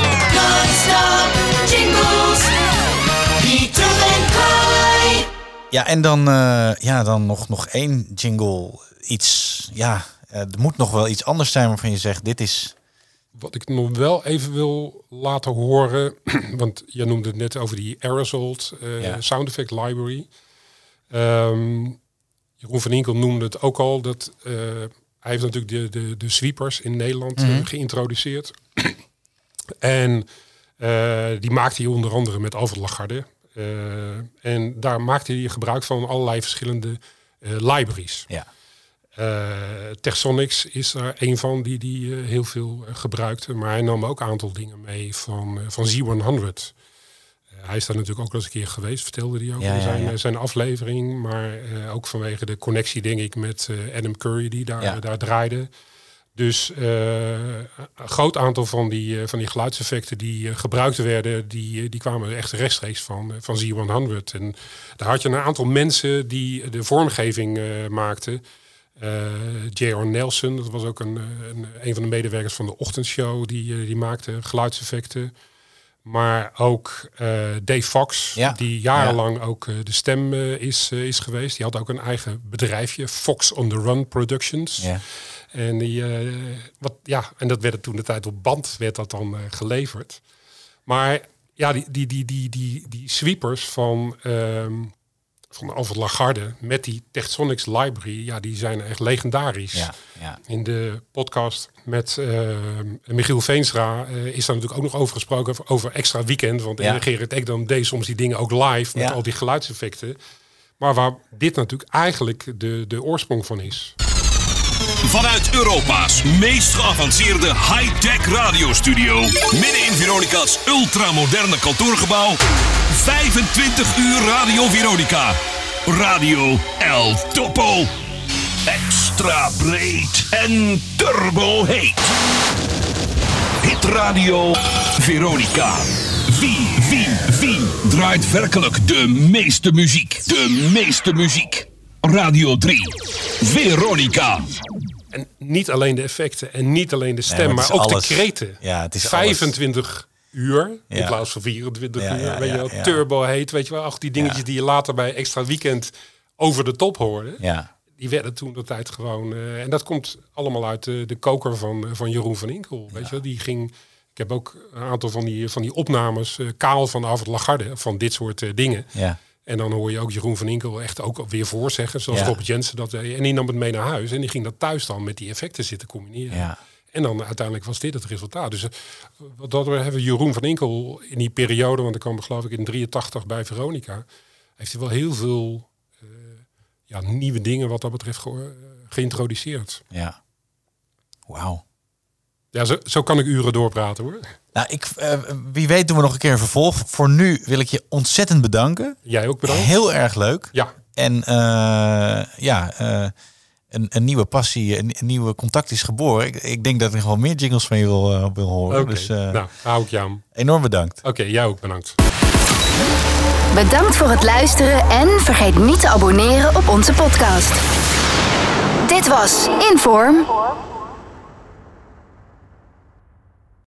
Non-stop jingles. Pieter en Kai. Ja, en dan, uh, ja, dan nog, nog één jingle. Iets, ja, uh, er moet nog wel iets anders zijn waarvan je zegt, dit is... Wat ik nog wel even wil laten horen, want je noemde het net over die Aerosol uh, ja. sound effect library. Um, Jeroen van Inkel noemde het ook al, dat uh, hij heeft natuurlijk de, de, de sweepers in Nederland mm-hmm. uh, geïntroduceerd. En uh, die maakte hij onder andere met Alfred Lagarde. Uh, en daar maakte hij gebruik van allerlei verschillende uh, libraries. Ja. Uh, Techsonics is er een van die die uh, heel veel uh, gebruikte. Maar hij nam ook een aantal dingen mee van, uh, van Z honderd. Uh, hij is daar natuurlijk ook al eens een keer geweest, vertelde hij ook ja, in zijn, ja, ja. zijn aflevering. Maar uh, ook vanwege de connectie, denk ik, met uh, Adam Curry die daar, ja. daar draaide. Dus uh, een groot aantal van die, uh, van die geluidseffecten die uh, gebruikt werden, die, uh, die kwamen echt rechtstreeks van, uh, van Z honderd. En daar had je een aantal mensen die de vormgeving uh, maakten. Uh, J R Nelson, dat was ook een, een, een van de medewerkers van de ochtendshow, die, uh, die maakte geluidseffecten. Maar ook uh, Dave Fox, ja. die jarenlang ja. ook uh, de stem uh, is, uh, is geweest. Die had ook een eigen bedrijfje, Fox on the Run Productions. Ja. En, die, uh, wat, ja, en dat werd toen de tijd op band werd dat dan uh, geleverd. Maar ja, die, die, die, die, die, die sweepers van, um, van Alfred Lagarde met die Techsonics library, ja, die zijn echt legendarisch. Ja, ja. In de podcast met uh, Michiel Veenstra uh, is daar natuurlijk ook nog over gesproken over, over Extra Weekend. Want ja. Gerrit Ekdam deed soms die dingen ook live met ja. al die geluidseffecten. Maar waar dit natuurlijk eigenlijk de, de oorsprong van is. Vanuit Europa's meest geavanceerde high-tech radiostudio, midden in Veronica's ultramoderne kantoorgebouw, vijfentwintig uur Radio Veronica. Radio El Topo. Extra breed en turbo heet. Hitradio Veronica. Wie, wie, wie draait werkelijk de meeste muziek? De meeste muziek. Radio drie. Veronica. En niet alleen de effecten en niet alleen de stem, Nee, maar maar, het is ook alles. de kreten. Ja, het is vijfentwintig uur in Ja. plaats van vierentwintig Ja, uur. ja, weet je ja, wel, ja. turbo heet, weet je wel. Ach, die dingetjes Ja. die je later bij Extra Weekend over de top hoorde. Ja. Die werden toen de tijd gewoon... Uh, en dat komt allemaal uit de, de koker van, van Jeroen van Inkel. Weet je wel, die ging... Ik heb ook een aantal van die, van die opnames, uh, kaal van Avond Lagarde, van dit soort uh, dingen. Ja. En dan hoor je ook Jeroen van Inkel echt ook weer voorzeggen, zoals Ja. Robert Jensen dat deed. En die nam het mee naar huis en die ging dat thuis dan met die effecten zitten combineren. Ja. En dan uiteindelijk was dit het resultaat. Dus uh, wat dat we hebben Jeroen van Inkel in die periode, want ik kwam geloof ik in drieëntachtig bij Veronica, heeft hij wel heel veel uh, ja, nieuwe dingen wat dat betreft ge- uh, geïntroduceerd. Ja. Wauw. Ja, zo, zo kan ik uren doorpraten hoor. Nou, ik, uh, wie weet doen we nog een keer een vervolg. Voor nu wil ik je ontzettend bedanken. Jij ook bedankt. Heel erg leuk. Ja. En uh, ja, uh, een, een nieuwe passie, een, een nieuwe contact is geboren. Ik, ik denk dat ik nog wel meer jingles van je wil, uh, wil horen. Oké, Dus, uh, nou, hou ik je aan. Enorm bedankt. Oké, jij ook bedankt. Bedankt voor het luisteren en vergeet niet te abonneren op onze podcast. Dit was Inform.